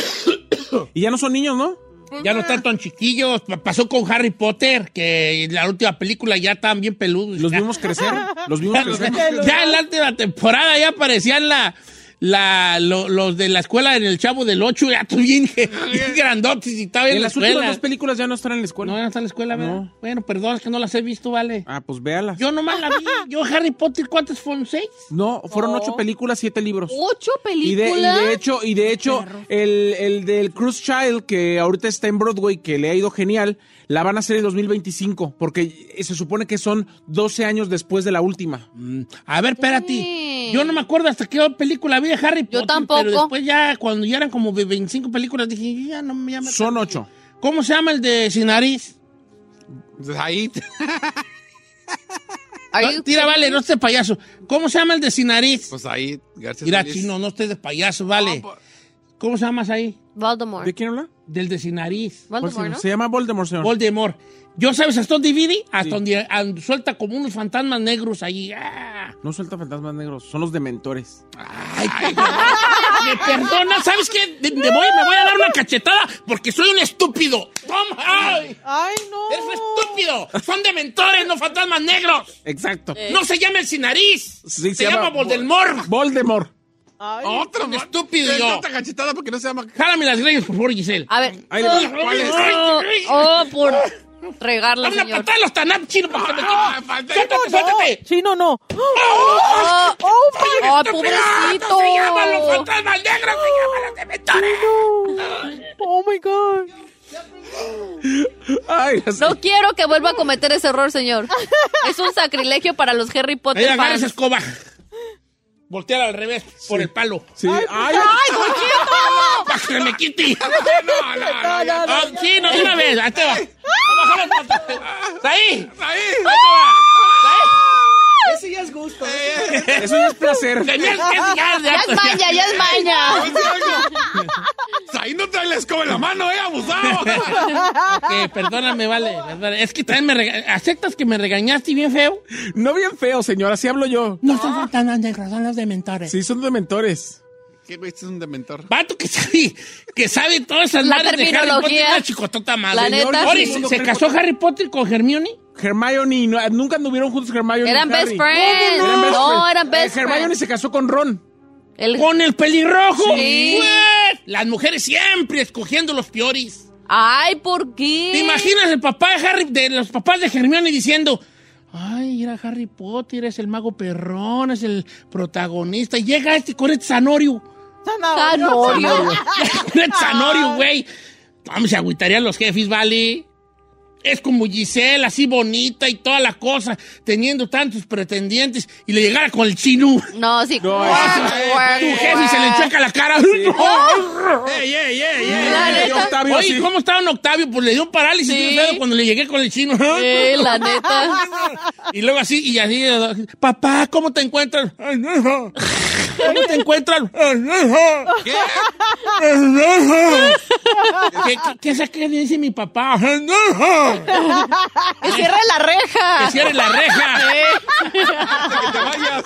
Y ya no son niños, ¿no? Ya no están tan chiquillos. Pasó con Harry Potter, que en la última película ya estaban bien peludos. Los vimos crecer. Ya en la última temporada ya aparecían los de la escuela en el Chavo del 8, ya bien grandotes y estaba en la escuela. Las últimas 2 películas ya no están en la escuela. No, ya no están en la escuela, ¿verdad? No. Bueno, perdón, es que no las he visto, vale. Ah, pues véalas. Yo nomás la vi. Yo Harry Potter, ¿cuántas fueron? 6? No, fueron 8 películas, 7 libros. ¿8 películas? Y de hecho, el del Cruise Child, que ahorita está en Broadway, que le ha ido genial, la van a hacer en 2025, porque se supone que son 12 años después de la última. A ver, espérate. Yo no me acuerdo hasta qué película vi de Harry Potter. Yo tampoco. Pero después ya, cuando ya eran como 25 películas, dije, ya no me llama. Son 8. ¿Cómo se llama el de Sin Nariz? Ahí. Tira, vale, no estés payaso. ¿Cómo se llama el de Sin Nariz? Pues ahí, García. Mira, Chino, no estés de payaso, vale. ¿Cómo se llamas ahí? Voldemort. ¿De quién habla? Del de Sin Nariz. Voldemort, ¿no? Se llama Voldemort, señor. Voldemort. ¿Yo sabes hasta dónde vive? Hasta donde suelta como unos fantasmas negros ahí. ¡Ah! No suelta fantasmas negros, son los dementores. Ay, me perdona, ¿sabes qué? Me voy a dar una cachetada porque soy un estúpido. ¡Toma! ¡Ay! No! ¡Eres un estúpido! Son dementores, no fantasmas negros. Exacto. No se llama el Sin Nariz. Sí, se llama Voldemort. Voldemort. Otro un estúpido yo. Otra cachetada porque no se llama... Jálame las greñas, por favor, Giselle. A ver. ¿Cuál es? Por regarla, señor. ¡Dame una patada a los tanap, Chino! ¡Suéltate! Chino, no. ¡Pobrecito! ¡Se llaman los fantasmas negros! ¡Se llaman los dementores! ¡Oh, my God! Ay, no quiero que vuelva a cometer ese error, señor. Es un sacrilegio para los Harry Potter fans. Agarra esa escoba. Voltear al revés, por el palo. Sí. ¡Ay, ¡Para que me quite! No. Sí, no, de una vez. Ahí te va. ¡Ahí! Ese ya es gusto. Eso ya es placer. Ya es maña. Ahí no trae la escoba en la mano, abusado. Perdóname, vale. Es que también ¿aceptas que me regañaste bien feo? No bien feo, señor, así hablo yo. No son fantasmas negros, son los dementores. Sí, son dementores. ¿Qué güey? Este es un dementor. Vato que sabe todas esas madres de Harry Potter, una chicotota más. La neta. ¿Se casó Harry Potter con Hermione? Hermione, nunca anduvieron juntos Hermione. Eran y Harry. best friends. No, eran best friends. Hermione se casó con Ron. ¿Con el pelirrojo? Sí. Las mujeres siempre escogiendo los peores. Ay, ¿por qué? ¿Te imaginas el papá de Harry, de los papás de Hermione diciendo... Ay, era Harry Potter, es el mago perrón, es el protagonista. Y llega con este Sanorio. Sanorio, güey. Vamos, se agüitarían los jefes, ¿vale? Es como Giselle, así bonita y toda la cosa, teniendo tantos pretendientes, y le llegara con el Chino. No, sí. No, tu jefe se le enchoca la cara. Sí. Octavio, oye, ¿cómo estaba en Octavio? Pues le dio un parálisis de dedo cuando le llegué con el Chino. La neta. Y luego así, papá, ¿cómo te encuentras? Ay, no. ¿Cómo te encuentran? ¿Qué? ¿Qué es que dice mi papá? ¡Que cierre la reja! ¡Que cierre la reja! ¡Que te vayas!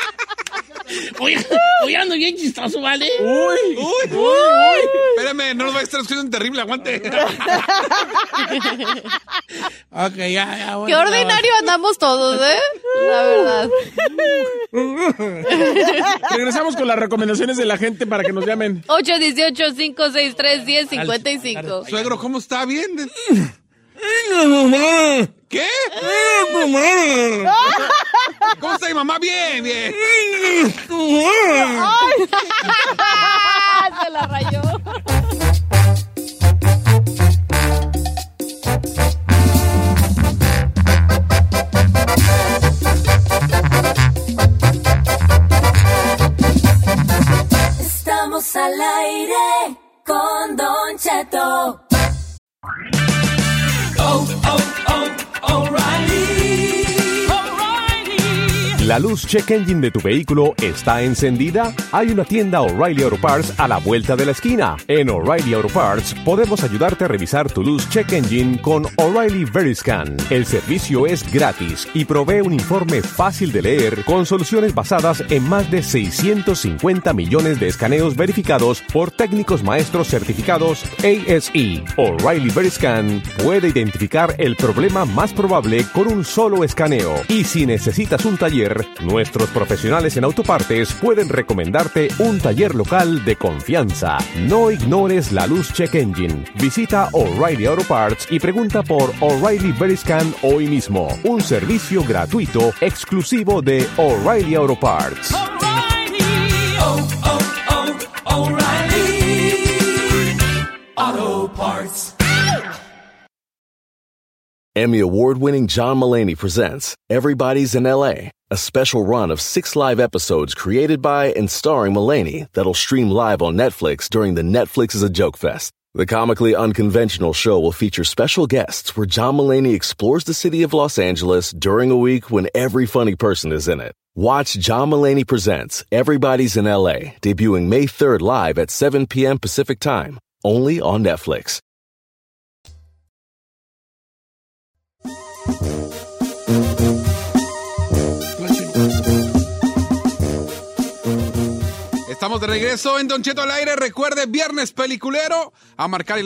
Oye, ando bien chistoso, ¿vale? ¡Uy! Espérame, no nos va a estar escuchando terrible, aguante. Ok, ya. Qué ordinario andamos todos, ¿eh? La verdad. Regresamos con las recomendaciones de la gente para que nos llamen. 818-563-1055. Suegro, ¿cómo está? ¿Bien? ¿Qué? ¿Cómo está mi mamá? Bien. Se la rayó. Estamos al aire con Don Cheto. ¿La luz check engine de tu vehículo está encendida? Hay una tienda O'Reilly Auto Parts a la vuelta de la esquina. En O'Reilly Auto Parts podemos ayudarte a revisar tu luz check engine con O'Reilly Veriscan. El servicio es gratis y provee un informe fácil de leer con soluciones basadas en más de 650 millones de escaneos verificados por técnicos maestros certificados ASE. O'Reilly Veriscan puede identificar el problema más probable con un solo escaneo. Y si necesitas un taller, nuestros profesionales en autopartes pueden recomendarte un taller local de confianza. No ignores la luz check engine. Visita O'Reilly Auto Parts y pregunta por O'Reilly Veriscan hoy mismo. Un servicio gratuito exclusivo de O'Reilly Auto Parts. O'Reilly Auto Parts. Emmy award-winning John Mulaney presents Everybody's in L.A., a special run of 6 live episodes created by and starring Mulaney that'll stream live on Netflix during the Netflix is a Joke Fest. The comically unconventional show will feature special guests where John Mulaney explores the city of Los Angeles during a week when every funny person is in it. Watch John Mulaney Presents Everybody's in L.A., debuting May 3rd live at 7 p.m. Pacific Time, only on Netflix. Estamos de regreso en Don Cheto al aire. Recuerde, viernes peliculero, a marcar el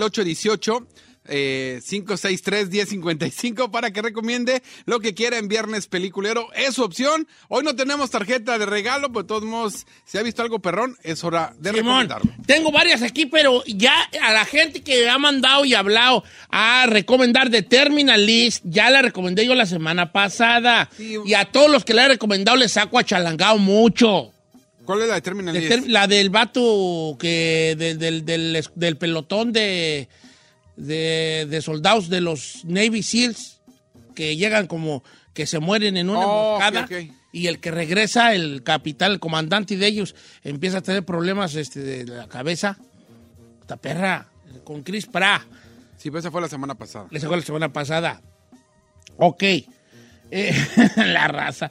818-563-1055 para que recomiende lo que quiera en viernes peliculero. Es su opción. Hoy no tenemos tarjeta de regalo, pero de todos modos, si ha visto algo perrón, es hora de recomendarlo. Tengo varias aquí, pero ya a la gente que ha mandado y hablado a recomendar The Terminal List, ya la recomendé yo la semana pasada. Sí. Y a todos los que la he recomendado les saco achalangado mucho. ¿Cuál es la de Terminal List? La del vato que del pelotón de soldados de los Navy SEALs que llegan como que se mueren en una emboscada. Okay. Y el que regresa, el capitán, el comandante de ellos, empieza a tener problemas de la cabeza. Esta perra, con Chris Pratt. Sí, pues esa fue la semana pasada. Esa fue la semana pasada. Ok. La raza.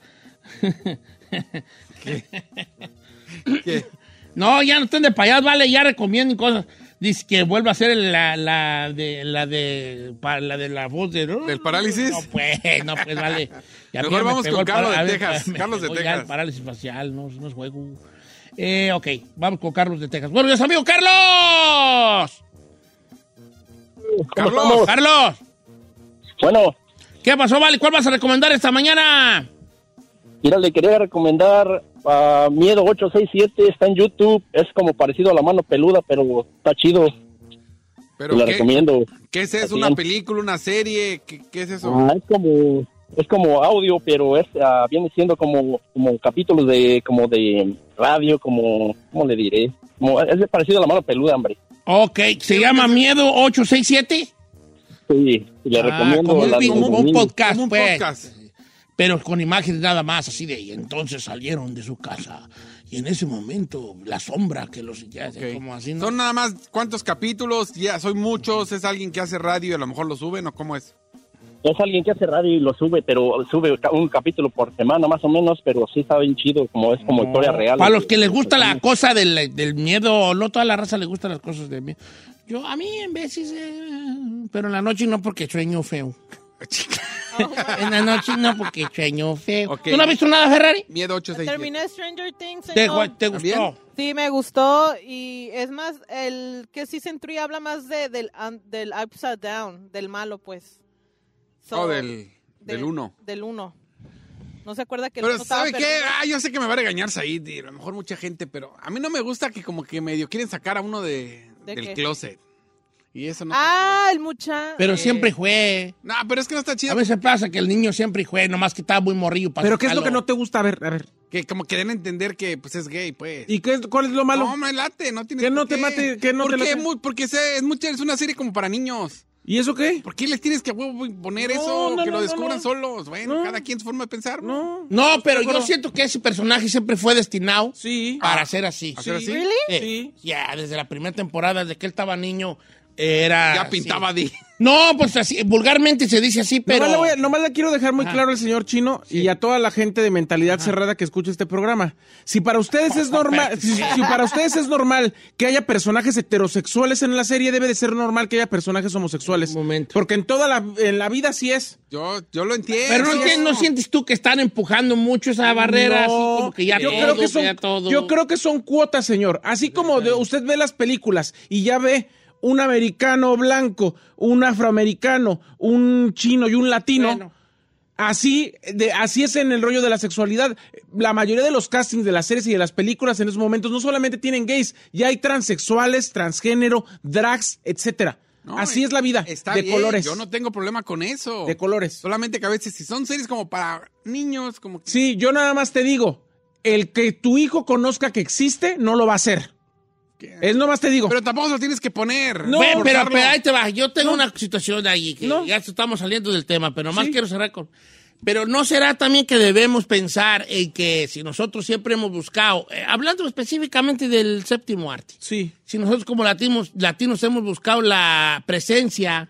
¿Qué? No, ya no estén de payasos, vale, ya recomienden cosas. Dice que vuelva a ser la de la voz de... ¿Del parálisis? No, pues, vale. Ya mejor vamos con Carlos de Texas. Carlos de Texas. El parálisis facial, no es juego. Ok, vamos con Carlos de Texas. ¡Buenos días, amigo Carlos! ¡Carlos! Bueno. ¿Qué pasó, vale? ¿Cuál vas a recomendar esta mañana? Mira, le quería recomendar Miedo 867, está en YouTube, es como parecido a La Mano Peluda, pero está chido. Pero le recomiendo. ¿Qué es eso? ¿Una película, una serie? ¿Qué es eso? Es como audio, pero viene siendo como capítulos de radio, ¿cómo le diré? Es parecido a La Mano Peluda, hombre. Ok, ¿se llama Miedo 867? Sí, le recomiendo. Como un podcast, como un pues. podcast. Pero con imágenes nada más, así de... Y entonces salieron de su casa. Y en ese momento, la sombra que los... Okay. Como así, ¿no? ¿Son nada más cuántos capítulos? Ya, ¿son muchos? ¿Es alguien que hace radio y a lo mejor lo suben o cómo es? Es alguien que hace radio y lo sube, pero sube un capítulo por semana más o menos, pero sí está bien chido, como es como historia real. Para los que les gusta la cosa del miedo, no toda la raza le gustan las cosas de miedo. A mí en veces, pero en la noche no porque sueño feo. En la noche no porque sueño feo. Okay. ¿Tú no has visto nada, Ferrari? Miedo 867. Terminé Stranger Things. ¿Te gustó? Sí, me gustó. Y es más, el que Season 3 habla más del Upside Down, del malo, pues. Del 1. Del 1. No se acuerda que el pero uno estaba ¿sabe qué? perdido. Yo sé que me va a regañar Said, y a lo mejor mucha gente, pero a mí no me gusta que como que medio quieren sacar a uno del qué? closet. Y eso no. El muchacho. Pero siempre fue. No, pero es que no está chido. A veces pasa que el niño siempre fue, nomás que estaba muy morrillo. ¿Pero qué es lo que no te gusta? A ver. Que como quieren entender que pues es gay, pues. ¿Y cuál es lo malo? No, me late, no tienes ¿Qué no te mate? ¿Qué no te late? Porque es una serie como para niños. ¿Y eso qué? ¿Por qué les tienes que poner eso? Que lo descubran solos. Bueno, cada quien su forma de pensar. No, pero yo siento que ese personaje siempre fue destinado para ser así. ¿Hacer así? ¿Really? Sí. Ya, desde la primera temporada, desde que él estaba niño, era... Ya pintaba así. de... No, pues así, vulgarmente se dice así, pero... Nomás le quiero dejar muy claro al señor Chino y a toda la gente de mentalidad cerrada que escucha este programa. Si para ustedes es normal, si para ustedes es normal que haya personajes heterosexuales en la serie, debe de ser normal que haya personajes homosexuales. Un momento. Porque en la vida sí es. Yo lo entiendo. Pero no sientes tú que están empujando mucho esa barrera, así como que ya yo creo que son cuotas, señor. Así como usted ve las películas y ya ve un americano blanco, un afroamericano, un chino y un latino. Bueno. Así es en el rollo de la sexualidad. La mayoría de los castings de las series y de las películas en esos momentos no solamente tienen gays, ya hay transexuales, transgénero, drags, etcétera. No, así es la vida, está de bien, colores. Yo no tengo problema con eso. De colores. Solamente que a veces si son series como para niños, como que... Sí, yo nada más te digo, el que tu hijo conozca que existe, no lo va a hacer. Es nomás te digo. Pero tampoco lo tienes que poner. No, pero ahí te va. Yo tengo una situación ahí que ya estamos saliendo del tema, pero nomás quiero cerrar con... Pero ¿no será también que debemos pensar en que si nosotros siempre hemos buscado, hablando específicamente del séptimo arte, si nosotros como latinos hemos buscado la presencia,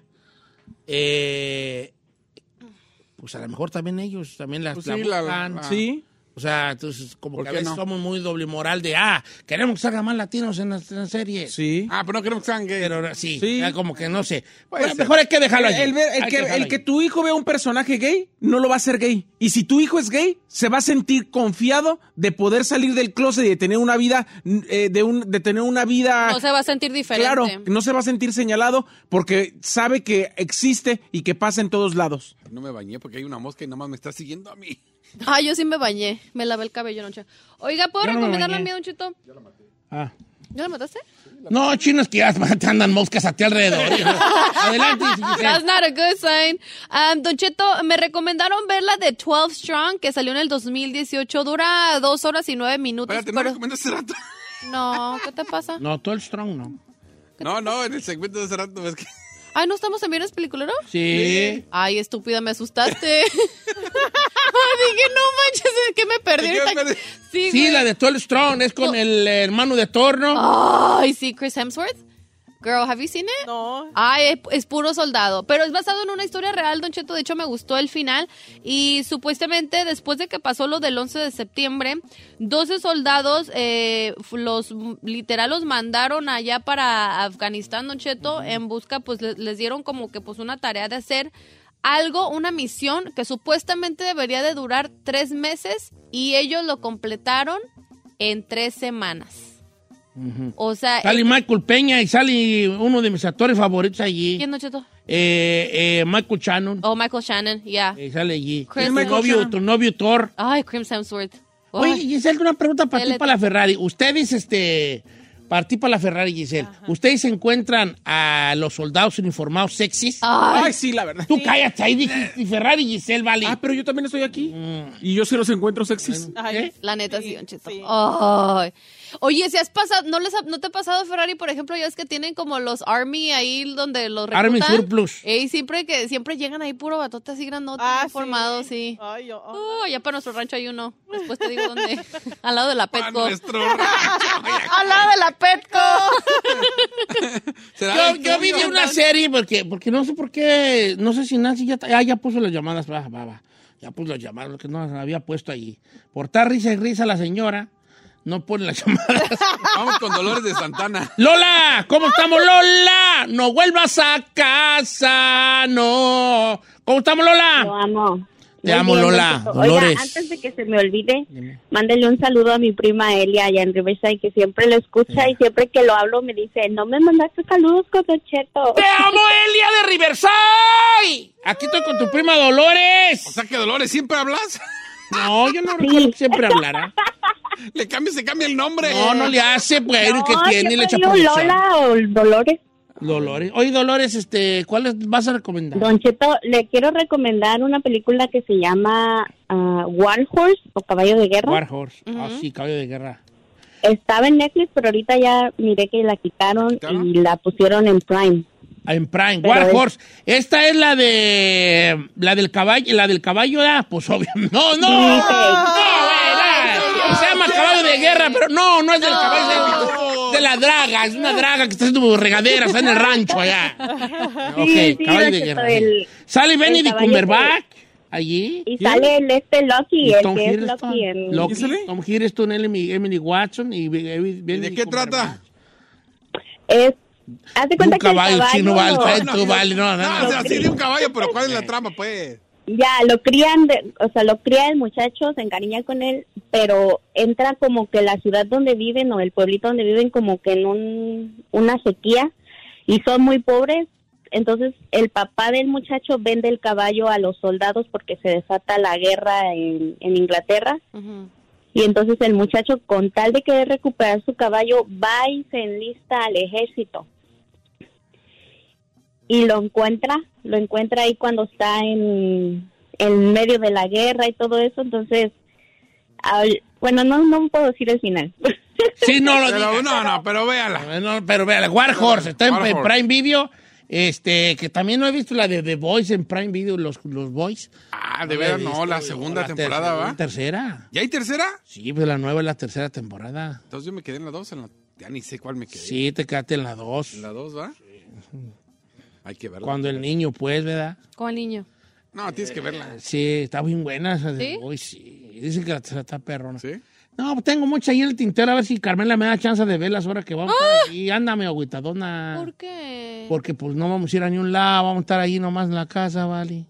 pues a lo mejor también ellos también la buscan. Sí. O sea, entonces, como que a veces somos muy doble moral de, queremos que salgan más latinos en la serie. Sí. Pero no queremos que salgan gays. Pero sí. Como que no sé. Bueno, mejor hay que dejarlo allí. El que tu hijo vea un personaje gay, no lo va a hacer gay. Y si tu hijo es gay, se va a sentir confiado de poder salir del closet y de tener una vida, de tener una vida... No se va a sentir diferente. Claro, no se va a sentir señalado porque sabe que existe y que pasa en todos lados. No me bañé porque hay una mosca y nada más me está siguiendo a mí. Yo sí me bañé. Me lavé el cabello anoche. Oiga, ¿puedo recomendarle a mí, Don Chito? Yo la maté. ¿Ya la mataste? No, chinos, que ya te andan moscas a ti alrededor. Adelante. That's not a good sign. Don Cheto, me recomendaron ver la de 12 Strong, que salió en el 2018. Dura 2 horas y 9 minutos. Espérate, ¿no recomendaste hace rato? No, ¿qué te pasa? No, 12 Strong no. No, en el segmento de hace rato es que... ¿no estamos en Viernes Peliculero? Sí. Ay, estúpida, me asustaste. Dije, no manches, es que me perdí. Sí, la de 12 Strong es con el hermano de Thor, ¿no? Ay, sí, Chris Hemsworth. Girl, have you seen it? No. Es puro soldado. Pero es basado en una historia real, Don Cheto. De hecho, me gustó el final. Y supuestamente, después de que pasó lo del 11 de septiembre, 12 soldados, los mandaron allá para Afganistán, Don Cheto, en busca, pues les dieron como que pues una tarea de hacer algo, una misión que supuestamente debería de durar 3 meses y ellos lo completaron en 3 semanas. O sea, sale Michael Peña y sale uno de mis actores favoritos allí. ¿Quién, Don Cheto? Michael Shannon. Michael Shannon, ya. Sale allí. Tu novio Thor. Ay, Chris Hemsworth. Oye, Giselle, una pregunta para ti, para la Ferrari. Ustedes, para ti, para la Ferrari, Giselle. ¿Ustedes encuentran a los soldados uniformados sexys? Ay, sí, la verdad. Tú cállate ahí, y Ferrari, Giselle, vale. Pero yo también estoy aquí. Y yo sí los encuentro sexys. La neta, sí, Don Cheto. Ay. Oye, si has pasado, ¿no te ha pasado, Ferrari, por ejemplo, ya es que tienen como los Army ahí donde los reclutan? Army Surplus. Y siempre llegan ahí puro batote así grandote, formado, sí. Ay, Ya para nuestro rancho hay uno. Después te digo dónde. Al lado de la Petco. Nuestro rancho. Al lado de la Petco. Yo vi de una serie porque no sé por qué, no sé si Nancy ya puso las llamadas, ya puso las llamadas, lo que no había puesto ahí. Por estar risa y risa la señora, no pone las llamadas. Vamos con Dolores de Santana. Lola, ¿cómo estamos, Lola? No vuelvas a casa, no. ¿Cómo estamos, Lola? Lo amo. Te amo, Lola. Dolores. Oiga, antes de que se me olvide, mándele un saludo a mi prima Elia allá en Riverside, que siempre lo escucha y siempre que lo hablo me dice, no me mandaste saludos con Don Cheto. ¡Te amo, Elia de Riverside! Aquí estoy con tu prima Dolores. O sea que Dolores, ¿siempre hablas? No, yo no recuerdo que siempre hablara. Se cambia el nombre. No le hace, pues, que tiene y le echa Lola o Dolores. Dolores. Oye, Dolores, ¿cuáles vas a recomendar? Don Cheto, le quiero recomendar una película que se llama War Horse o Caballo de Guerra. War Horse. Sí, Caballo de Guerra. Estaba en Netflix, pero ahorita ya miré que la quitaron y la pusieron en Prime. En Prime, War Horse. Esta es la del caballo, ¿verdad? Pues obviamente. No, se llama Caballo de Guerra, pero no es del caballo, de la draga, es una draga que está haciendo regaderas, está en el rancho allá. Sí, Caballo de Guerra. Sale Benedict Cumberbatch allí. Y sale el Lucky, el que es Lucky. Tom Hiddleston, Emily Watson y ¿de qué trata? Haz de cuenta un caballo chino vale, así de un caballo, pero ¿cuál es la trama, pues? Ya, lo cría el muchacho, se encariña con él, pero entra como que la ciudad donde viven o el pueblito donde viven como que en una sequía y son muy pobres. Entonces el papá del muchacho vende el caballo a los soldados porque se desata la guerra en Inglaterra. Y entonces el muchacho, con tal de querer recuperar su caballo, va y se enlista al ejército. Y lo encuentra ahí cuando está en medio de la guerra y todo eso. Entonces, bueno, no puedo decir el final. Sí, no lo digas. No, pero véala. Pero véala, War Horse, está en Prime Video. Que también no he visto la de The Boys en Prime Video, los Boys. De veras, no, la segunda temporada, ¿va? ¿Tercera? ¿Ya hay tercera? Sí, pues la nueva es la tercera temporada. Entonces yo me quedé en la 2, ya ni sé cuál me quedé. Sí, te quedaste en la 2. ¿En la 2, va? Sí. Hay que verla. Cuando el niño, pues, ¿verdad? ¿Cuál niño? No, tienes que verla. Sí, está bien buena esa de ¿Sí? Boys, sí. Dicen que la tercera está perrona. ¿Sí? No, pues tengo mucha ahí en el tintero, a ver si Carmela me da chance de verlas ahora que vamos a estar aquí. Ándame, agüitadona. ¿Por qué? Porque pues no vamos a ir a ni un lado, vamos a estar ahí nomás en la casa, ¿vale?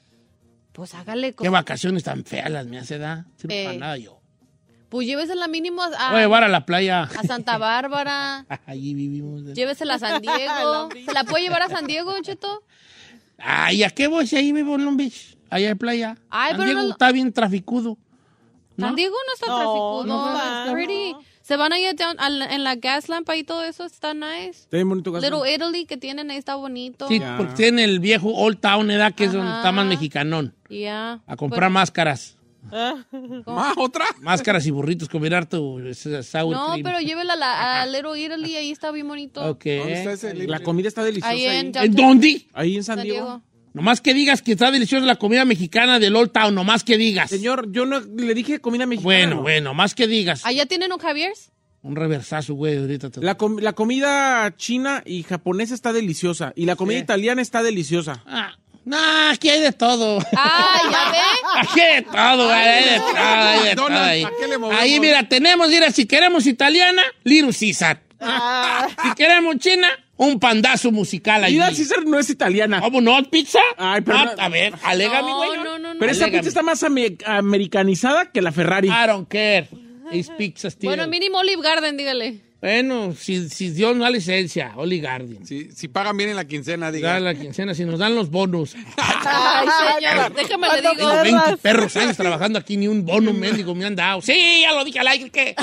Pues hágale. Qué vacaciones tan feas las mías, ¿da? Sirve para nada yo. Pues llévesela mínimo Voy a llevar a la playa. a Santa Bárbara. Allí vivimos. Llévesela a San Diego. ¿Se la puede llevar a San Diego, Don Cheto? Ay, ¿a qué voy si ahí vivo en Long Beach? Allá hay playa. Ay, San pero Diego no- está bien traficudo. San Diego no está traficudo. no It's pretty. Se van a ir en la Gaslamp ahí, todo eso está nice. Está bien bonito caso. Little Italy que tienen ahí está bonito. Sí, porque tiene el viejo Old Town, ¿edad? Que es donde Ajá. está más mexicanón. Ya. A comprar máscaras. ¿Otra? Máscaras y burritos, comer tu sour No, cream. pero llévela a Little Italy, ahí está bien bonito. Ok. ¿Dónde está ese libro? La comida está deliciosa Ahí ahí. en ¿En dónde? Ahí en San San Diego. Diego. Nomás que digas que está deliciosa la comida mexicana del Old Town, nomás que digas. Señor, yo no le dije comida mexicana. Bueno, más que digas. ¿Allá tienen un Javier's? Un reversazo, güey, ahorita. La comida china y japonesa está deliciosa. Y la comida italiana está deliciosa. Aquí hay de todo. ¿Ya ve? Aquí hay de todo, güey. Hay de todo, hay de todo McDonald's, ahí. ¿para qué le movemos? Ahí, mira, tenemos, mira, si queremos italiana, Little Caesar. Si queremos china, un pandazo musical allí. Little Caesar no es italiana. ¿Cómo no? ¿Pizza? Ay, pero no- A ver, alégame, güey. No. Pero esa Alégame. pizza está más americanizada que la Ferrari. I don't care. It's pizza still. Bueno, mínimo Olive Garden, dígale. Bueno, si Dios nos da licencia, Oli Garden. Si pagan bien en la quincena, Da diga. la quincena, si nos dan los bonos. Ay, señor, déjame le digo. Tengo 20 perros años trabajando aquí, ni un bono mendigo me han dado. Sí, ya lo dije al aire, ¿qué?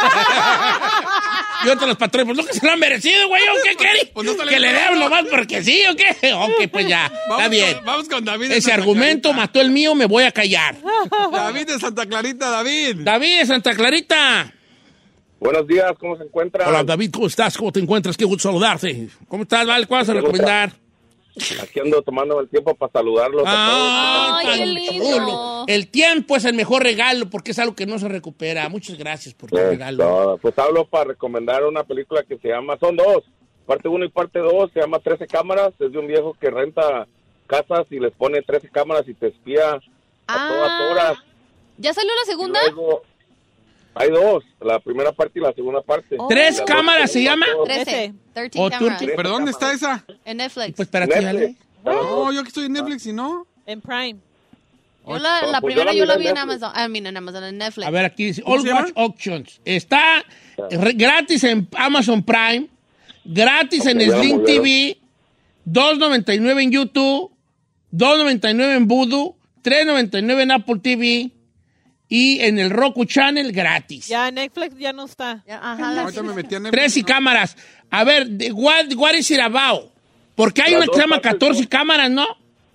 Y otros los patrones, pues lo que se lo han merecido, güey, ¿o qué querés? Pues no está ¿Que le bien. demos nomás porque sí o qué? Ok, pues ya, está bien. Vamos con David de Ese Santa argumento Clarita. mató el mío, me voy a callar. David de Santa Clarita, David. David de Santa Clarita. Buenos días, ¿cómo se encuentra? Hola, David, ¿cómo estás? ¿Cómo te encuentras? Qué gusto saludarte. ¿Cómo estás, Val? ¿Cuál vas a recomendar? Aquí ando tomando el tiempo para saludarlos. ¡Ay, qué lindo! El tiempo es el mejor regalo porque es algo que no se recupera. Muchas gracias por tu regalo. Pues hablo para recomendar una película que se llama, son dos, parte 1 y parte 2, se llama 13 cámaras, es de un viejo que renta casas y les pone 13 cámaras y te espía a todas horas. ¿Ya salió la segunda? Luego, hay dos, la primera parte y la segunda parte. ¿Tres cámaras se llama? 13 Oh, cámaras. ¿Pero dónde está esa? En Netflix. Pues espérate, dale. No, yo aquí estoy en Netflix y no. En Prime. Yo la pues primera yo yo la la miré vi en en Amazon. En Amazon, en Netflix. A ver, aquí dice ¿Cómo All se Watch llama? Auctions. Está gratis en Amazon Prime, gratis en Ok, ya Sling la movieron. TV, $2.99 en YouTube, $2.99 en Vudu, $3.99 en Apple TV y en el Roku Channel gratis. Ya en Netflix ya no está. Ajá, Ahorita me metí en Netflix. 13 cámaras. A ver, what is it about? Porque hay Las una que dos se llama partes 14 son- cámaras, ¿no?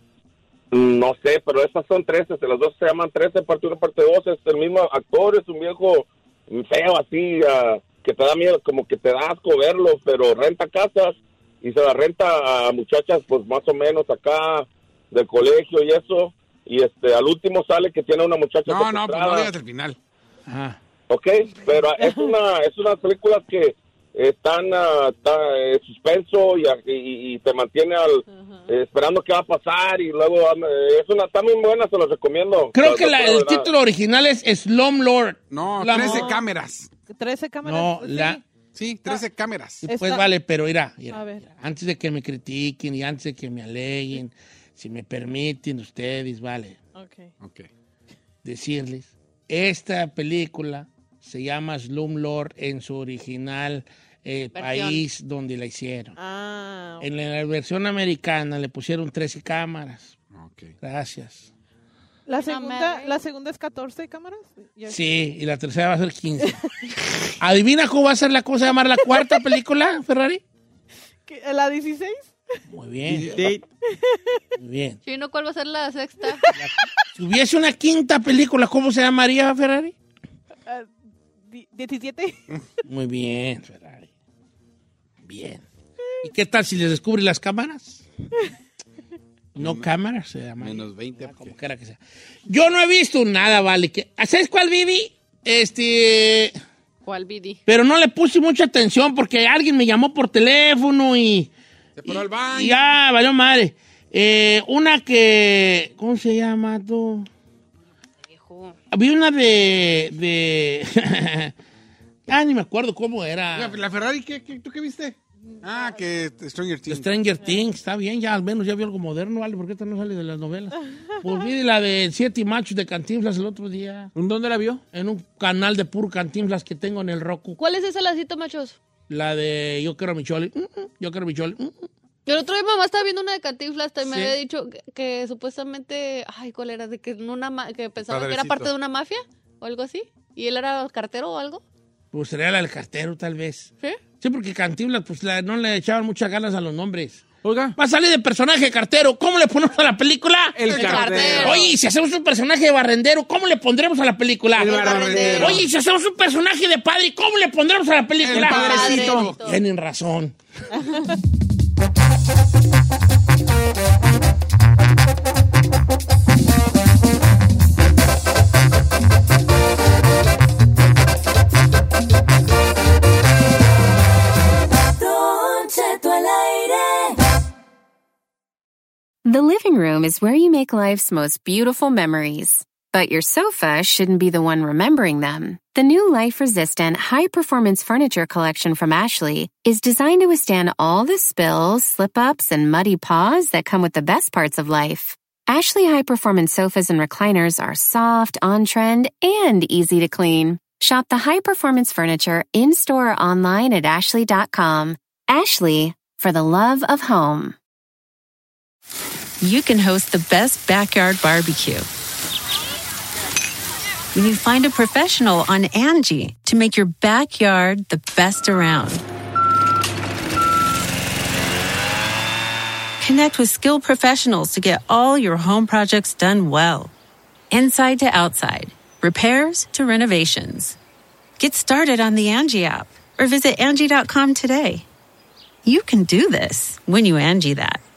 No sé, pero estas son 13, las dos se llaman 13, parte 1 parte 2, es el mismo actor, es un viejo feo así, que te da miedo, como que te da asco verlo, pero renta casas y se la renta a muchachas pues más o menos acá del colegio y eso, y al último sale que tiene una muchacha No, pues no secuestrada. digas el final. Ajá. Ok, pero es una película que está suspenso y te mantiene esperando qué va a pasar y luego está muy buena, se los recomiendo. Creo que La el verdad. título original es Slumlord. No, La- 13 cámaras. 13 cámaras. No, sí. la... Sí, 13 cámaras. Sí, pues Está- vale, pero mira, A ver. antes de que me critiquen y antes de que me aleguen, si me permiten ustedes, vale, Ok. decirles, esta película se llama Slumlord en su original país donde la hicieron. Ah, En la versión americana le pusieron 13 cámaras. Ok. Gracias. la segunda es 14 cámaras. Ya- Sí, y la tercera va a ser 15. ¿Adivina cómo va a ser la cosa, llamar la cuarta película, Ferrari? ¿La 16? Muy bien, muy bien. Chino, ¿cuál va a ser la sexta? Si hubiese una quinta película, ¿cómo se llamaría, Ferrari? 17. Muy bien, Ferrari. Bien. ¿Y qué tal si les descubre las cámaras? No cámaras, se llama. Menos 20. Como quiera que sea. Yo no he visto nada, vale. ¿Sabes cuál viví? ¿Cuál BD? Pero no le puse mucha atención porque alguien me llamó por teléfono y... Se paró al baño. Y ya, valió madre. Una que... ¿Cómo se llama tú? Viejo. Había una de... ni me acuerdo cómo era. La Ferrari, ¿tú qué viste? Ah, que Stranger Things. Stranger Things, está bien, ya al menos ya vio algo moderno, ¿vale? Porque esta no sale de las novelas. Pues vi la de 7 machos de Cantinflas el otro día. ¿En dónde la vio? En un canal de puro Cantinflas que tengo en el Roku. ¿Cuál es ese lacito, machos? La de Yo quiero a Micholi. Yo quiero a Micholi. El otro día mamá estaba viendo una de Cantinflas y me Sí. había dicho que supuestamente, ay, ¿cuál era? De que que pensaba que era Padrecito. parte de una mafia o algo así. ¿Y él era cartero o algo? Pues sería la del cartero, tal vez. ¿Sí? Sí, porque Cantinflas, pues no le echaban muchas ganas a los nombres. Oiga. Va a salir de personaje de cartero. ¿Cómo le ponemos a la película? El cartero. Oye, y si hacemos un personaje de barrendero, ¿cómo le pondremos a la película? El barrendero. Oye, y si hacemos un personaje de padre, ¿cómo le pondremos a la película? El padrecito. Tienen razón. Don Cheto al aire. The living room is where you make life's most beautiful memories. But your sofa shouldn't be the one remembering them. The new life-resistant, high-performance furniture collection from Ashley is designed to withstand all the spills, slip-ups, and muddy paws that come with the best parts of life. Ashley high-performance sofas and recliners are soft, on-trend, and easy to clean. Shop the high-performance furniture in-store or online at ashley.com. Ashley, for the love of home. You can host the best backyard barbecue when you find a professional on Angie to make your backyard the best around. Connect with skilled professionals to get all your home projects done well. Inside to outside, repairs to renovations. Get started on the Angie app or visit Angie.com today. You can do this when you Angie that.